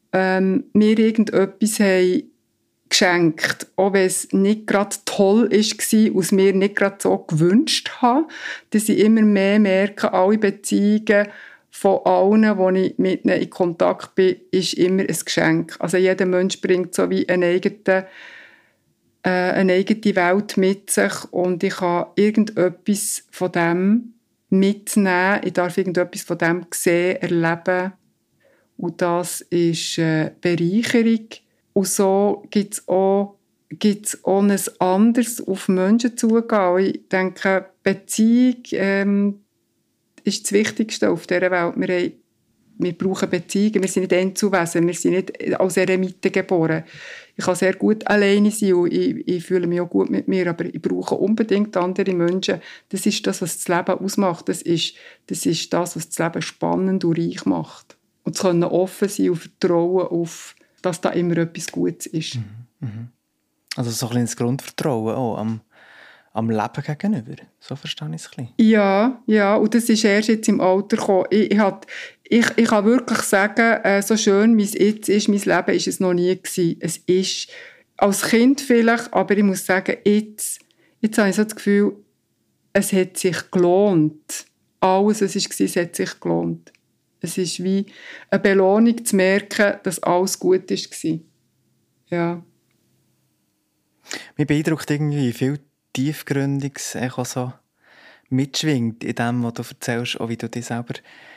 ähm, mir irgendetwas haben geschenkt, auch wenn es nicht gerade toll war und es mir nicht gerade so gewünscht habe, dass ich immer mehr merke, alle Beziehungen von allen, wo ich mit ihnen in Kontakt bin, ist immer ein Geschenk. Also jeder Mensch bringt so wie eine eigene, äh, eine eigene Welt mit sich und ich kann irgendetwas von dem mitnehmen, ich darf irgendetwas von dem sehen, erleben und das ist äh, Bereicherung. Und so gibt es auch, gibt's auch ein anderes auf Menschen zugehen. Ich denke, Beziehung ähm, ist das Wichtigste auf dieser Welt. Wir, haben, wir brauchen Beziehungen. Wir sind nicht Einzelwesen. Wir sind nicht als Eremiten geboren. Ich kann sehr gut alleine sein und ich, ich fühle mich auch gut mit mir, aber ich brauche unbedingt andere Menschen. Das ist das, was das Leben ausmacht. Das ist das, ist das was das Leben spannend und reich macht. Und zu können offen sein und vertrauen auf, dass da immer etwas Gutes ist. Mhm, mhm. Also so ein bisschen das Grundvertrauen auch am, am Leben gegenüber. So verstehe ich es ein bisschen. Ja, ja, und das ist erst jetzt im Alter gekommen. Ich, ich, hat, ich, ich kann wirklich sagen, äh, so schön wie es jetzt ist, mein Leben ist es noch nie gewesen. Es ist als Kind vielleicht, aber ich muss sagen, jetzt, jetzt habe ich so das Gefühl, es hat sich gelohnt. Alles, was es war, es hat sich gelohnt. Es ist wie eine Belohnung zu merken, dass alles gut war. Ja. Mich beeindruckt irgendwie, wie viel Tiefgründiges auch so mitschwingt in dem, was du erzählst, auch wie du dich selber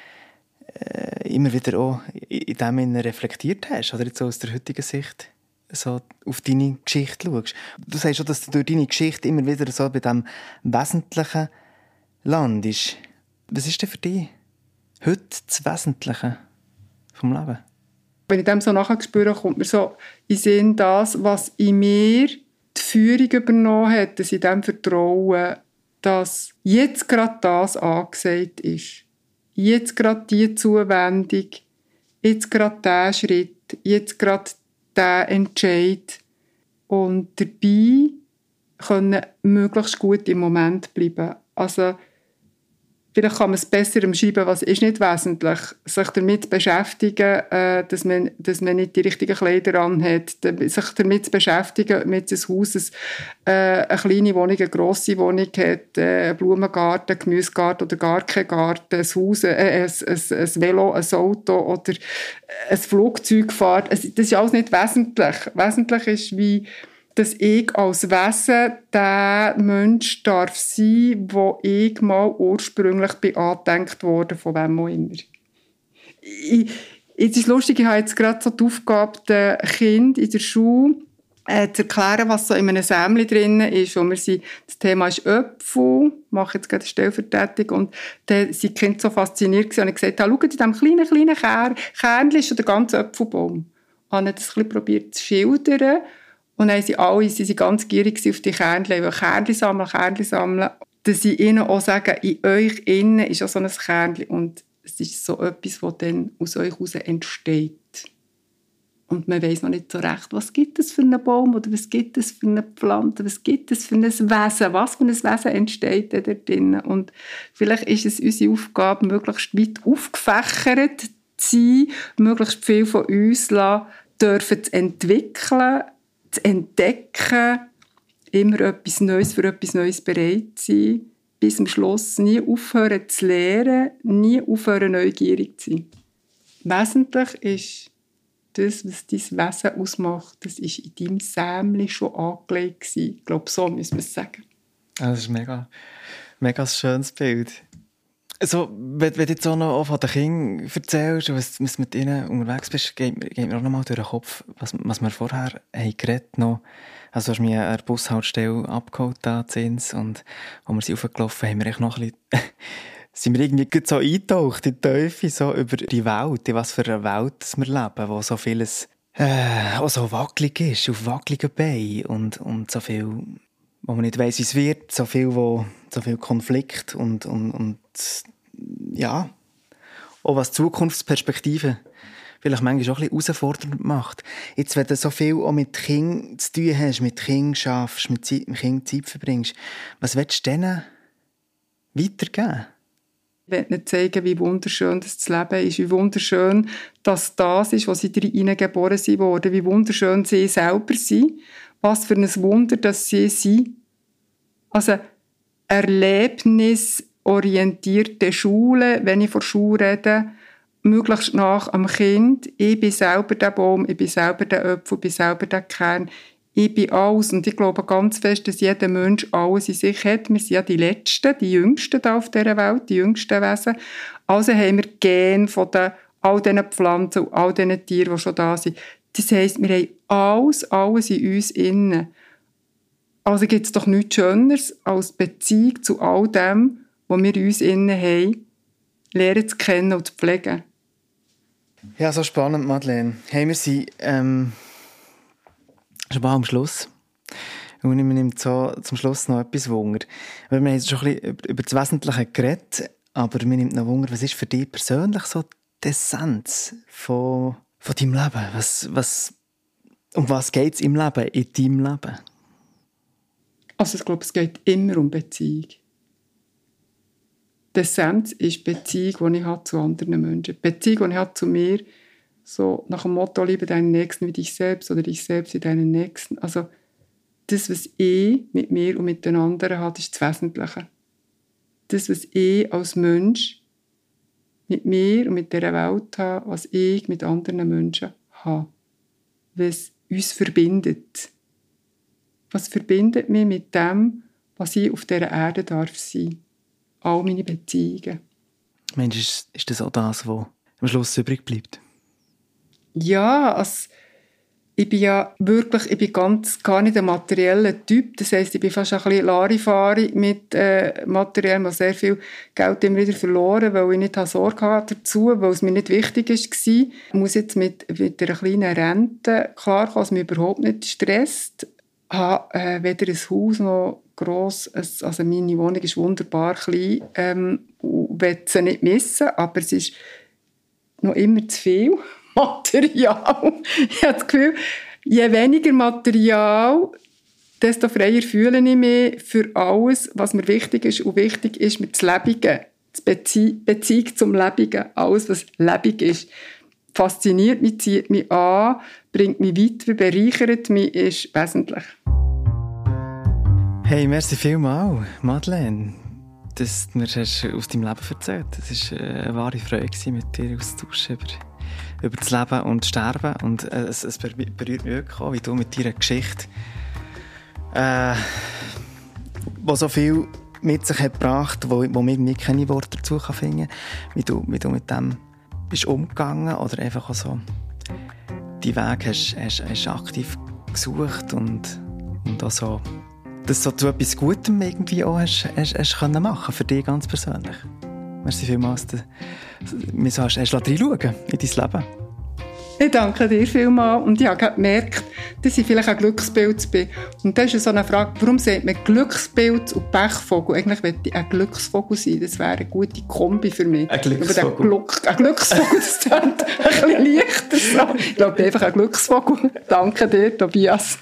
äh, immer wieder auch in dem reflektiert hast, oder jetzt so aus der heutigen Sicht so auf deine Geschichte schaust. Du sagst schon, dass du durch deine Geschichte immer wieder so bei diesem Wesentlichen landest. Was ist denn für dich heute das Wesentliche vom Leben? Wenn ich dem so nachspüre, kommt mir so in den Sinn das, was in mir die Führung übernommen hat, dass ich dem vertraue, dass jetzt gerade das angesagt ist. Jetzt gerade diese Zuwendung, jetzt gerade dieser Schritt, jetzt gerade dieser Entscheid. Und dabei können möglichst gut im Moment bleiben. Also, vielleicht kann man es besser umschreiben, was ist nicht wesentlich. Sich damit beschäftigen, äh, dass, man, dass man nicht die richtigen Kleider anhat. Sich damit beschäftigen, mit einem Haus äh, eine kleine Wohnung, eine grosse Wohnung hat, äh, einen Blumengarten, einen Gemüsegarten oder gar keinen Garten, ein Haus, äh, ein, ein, ein Velo, ein Auto oder ein Flugzeug fährt. Also, das ist alles nicht wesentlich. Wesentlich ist, wie dass ich als Wesen der Mensch darf sein, wo ich mal ursprünglich bin angedenkt wurde, von wem auch immer. Ich, jetzt ist lustig, ich habe jetzt gerade so die Aufgabe, den Kindern in der Schule äh, zu erklären, was so in einem Sämli drin ist. Und wir sind, das Thema ist Äpfel, ich mache jetzt gerade eine Stellvertretung, und dann sind die Kinder so fasziniert gewesen, und ich gesagt habe, schau, in diesem kleinen, kleinen Kern, Kernchen ist schon der ganze Äpfelbaum. Ich habe das ein bisschen probiert zu schildern. Und dann sind alle sie sind ganz gierig auf die Kernchen, weil Kernchen sammeln, Kernchen sammeln. Dass sie ihnen auch sagen, in euch innen ist auch so ein Kernchen. Und es ist so etwas, das dann aus euch heraus entsteht. Und man weiss noch nicht so recht, was gibt es für einen Baum oder was gibt es für eine Pflanze, was gibt es für ein Wesen, was für ein Wesen entsteht da drin. Und vielleicht ist es unsere Aufgabe, möglichst weit aufgefächert zu sein, möglichst viel von uns lassen, dürfen zu entwickeln, zu entdecken, immer etwas Neues für etwas Neues bereit sein, bis zum Schluss nie aufhören zu lernen, nie aufhören neugierig zu sein. Wesentlich ist das, was dein Wesen ausmacht, das war in deinem Sämli schon angelegt. Ich glaube, so müssen wir es sagen. Das ist ein mega, mega schönes Bild. Also, wenn, wenn du jetzt auch noch von den Kindern erzählst, was, was mit ihnen unterwegs bist, geht, geht mir auch noch mal durch den Kopf, was, was wir vorher haben geredet haben. Also, du hast mich an der Bushaltestelle abgeholt, da in Ins, und als wir sie raufgelaufen haben, wir echt noch ein bisschen, sind wir irgendwie so eingetaucht in die Teufel, so über die Welt, in was für eine Welt wir leben, wo so vieles äh, auch so wackelig ist, auf wackeligen Beinen, und, und so viel, wo man nicht weiss, wie es wird, so viel, wo, so viel Konflikt und, und, und ja, auch was Zukunftsperspektiven vielleicht manchmal auch ein bisschen herausfordernd macht. Jetzt, wenn du so viel auch mit Kindern zu tun hast, mit Kindern schaffst, mit Kindern Zeit verbringst, was willst du denen weitergeben? ihnen zeigen, wie wunderschön das Leben ist, wie wunderschön dass das ist, was sie darin geboren sind worden, wie wunderschön sie selber sind, was für ein Wunder, dass sie sind. Also erlebnisorientierte Schule, wenn ich von Schule rede, möglichst nach am Kind. Ich bin selber der Baum, ich bin selber der Apfel, ich bin selber der Kern. Ich bin alles. Und ich glaube ganz fest, dass jeder Mensch alles in sich hat. Wir sind ja die Letzten, die Jüngsten da auf dieser Welt, die jüngsten Wesen. Also haben wir Gene von den, all diesen Pflanzen und all diesen Tieren, die schon da sind. Das heisst, wir haben alles, alles in uns innen. Also gibt es doch nichts Schöneres als Beziehung zu all dem, was wir in uns innen haben, lernen zu kennen und zu pflegen. Ja, so spannend, Madeleine. Hey, wir sind ähm, schon mal am Schluss. Und mir nimmt so zum Schluss noch etwas Wunder. Wir haben jetzt schon ein bisschen über das Wesentliche geredet, aber mir nimmt noch Wunder, was ist für dich persönlich so die Essenz von, von deinem Leben? Was, was, um was geht es im Leben, in deinem Leben? Also ich glaube, es geht immer um Beziehung. Die Essenz ist die Beziehung, die ich habe zu anderen Menschen. Die Beziehung, die ich habe zu mir, so nach dem Motto, liebe deinen Nächsten wie dich selbst oder dich selbst wie deinen Nächsten. Also das, was ich mit mir und mit den anderen habe, ist das Wesentliche. Das, was ich als Mensch mit mir und mit dieser Welt habe, was ich mit anderen Menschen habe. Was uns verbindet. Was verbindet mich mit dem, was ich auf dieser Erde darf sein? All meine Beziehungen. Mensch, ist, ist das auch das, was am Schluss übrig bleibt? Ja, also ich bin ja wirklich, ich bin ganz, gar nicht ein materieller Typ. Das heisst, ich bin fast ein bisschen Larifari mit äh, Material. Ich habe sehr viel Geld immer wieder verloren, weil ich nicht Sorge hatte dazu, weil es mir nicht wichtig war. Ich muss jetzt mit, mit einer kleinen Rente klarkommen, was mich überhaupt nicht stresst. Ich habe äh, weder ein Haus noch gross, also meine Wohnung ist wunderbar klein, ähm, und will sie nicht missen, aber es ist noch immer zu viel Material. Ich habe das Gefühl, je weniger Material, desto freier fühle ich mich für alles, was mir wichtig ist. Und wichtig ist mir das Lebige, die Bezie- Beziehung zum Lebigen, alles, was lebendig ist. Fasziniert mich, zieht mich an, bringt mich weiter, bereichert mich, ist wesentlich. Hey, merci vielmals, Madeleine, dass du mir aus deinem Leben erzählt hast. Es war eine wahre Freude, mit dir auszutauschen über, über das Leben und das Sterben. Und äh, es, es berührt mich wirklich auch, wie du mit deiner Geschichte, äh, die so viel mit sich hat gebracht, wo, wo mir nicht keine Worte dazu finden kann, wie du, wie du mit dem bist umgegangen oder einfach auch so die Weg hast, hast, hast aktiv gesucht und, und auch so, dass du zu etwas Gutem irgendwie auch hast, hast, hast können machen für dich ganz persönlich. Merci vielmals, dass du mir so hast, hast reinschauen in dein Leben. Ich danke dir vielmals und ich habe gemerkt, dass ich vielleicht ein Glückspilz bin. Und das ist so eine Frage, warum sagt man Glückspilz und Pechvogel? Eigentlich möchte ich ein Glücksvogel sein, das wäre eine gute Kombi für mich. Ein Glücksvogel? Glück, ein Glücksvogel, das klingt ein bisschen leichter. So. Ich glaube, ich bin einfach ein Glücksvogel. Danke dir, Tobias.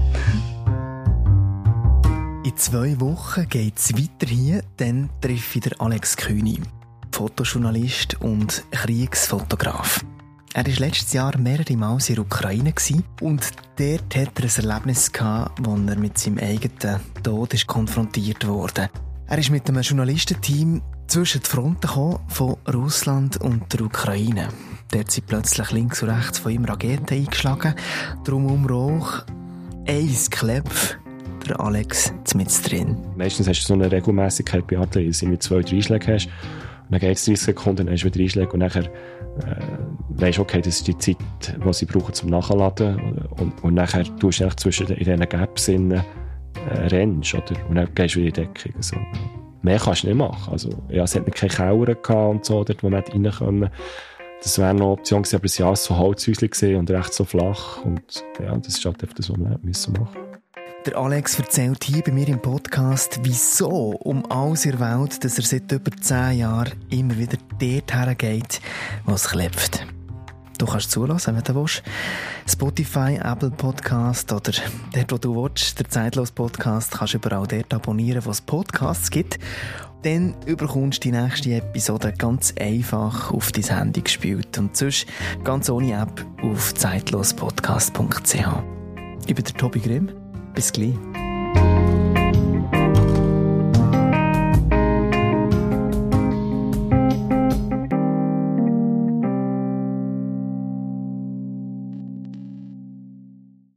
In zwei Wochen geht es weiter hier, dann treffe ich den Alex Kühni, Fotojournalist und Kriegsfotograf. Er war letztes Jahr mehrere Mal in der Ukraine und dort hatte er ein Erlebnis, wo er mit seinem eigenen Tod ist konfrontiert wurde. Er ist mit einem Journalistenteam zwischen die Fronten gekommen, von Russland und der Ukraine. Dort sind plötzlich links und rechts von ihm Raketen eingeschlagen, drumherum Rauch, eins Klepf, der Alex mit drin. Meistens hast du so eine Regelmäßigkeit bei Artillerie, dass du mit zwei, drei Schläge hast. Und dann geht es dreißig Sekunden, dann hast du wieder Einschläge und nachher äh, weisst du, okay, das ist die Zeit, die sie brauchen zum Nachladen. Und, und nachher tust du zwischen in diesen Gaps in, äh, rennst, oder? Und dann gehst du wieder in die Deckung. Also, mehr kannst du nicht machen. Also, ja, es hat keine Keller gehabt und so, dort, wo man rein können. Das wäre noch eine Option gewesen, aber es war alles so Holzhäuschen gesehen und recht so flach. Und ja, das ist halt einfach das, was wir machen müssen. Der Alex erzählt hier bei mir im Podcast, wieso um alles in der Welt, dass er seit über zehn Jahren immer wieder dort hergeht, wo es klebt. du kannst zulassen, wenn du willst. Spotify, Apple Podcast oder dort, wo du willst, der Zeitlos-Podcast, kannst du überall dort abonnieren, wo es Podcasts gibt. Dann bekommst du die nächste Episode ganz einfach auf dein Handy gespielt und sonst ganz ohne App auf zeitlospodcast punkt c h. Ich bin der Tobi Grimm. Bis gleich.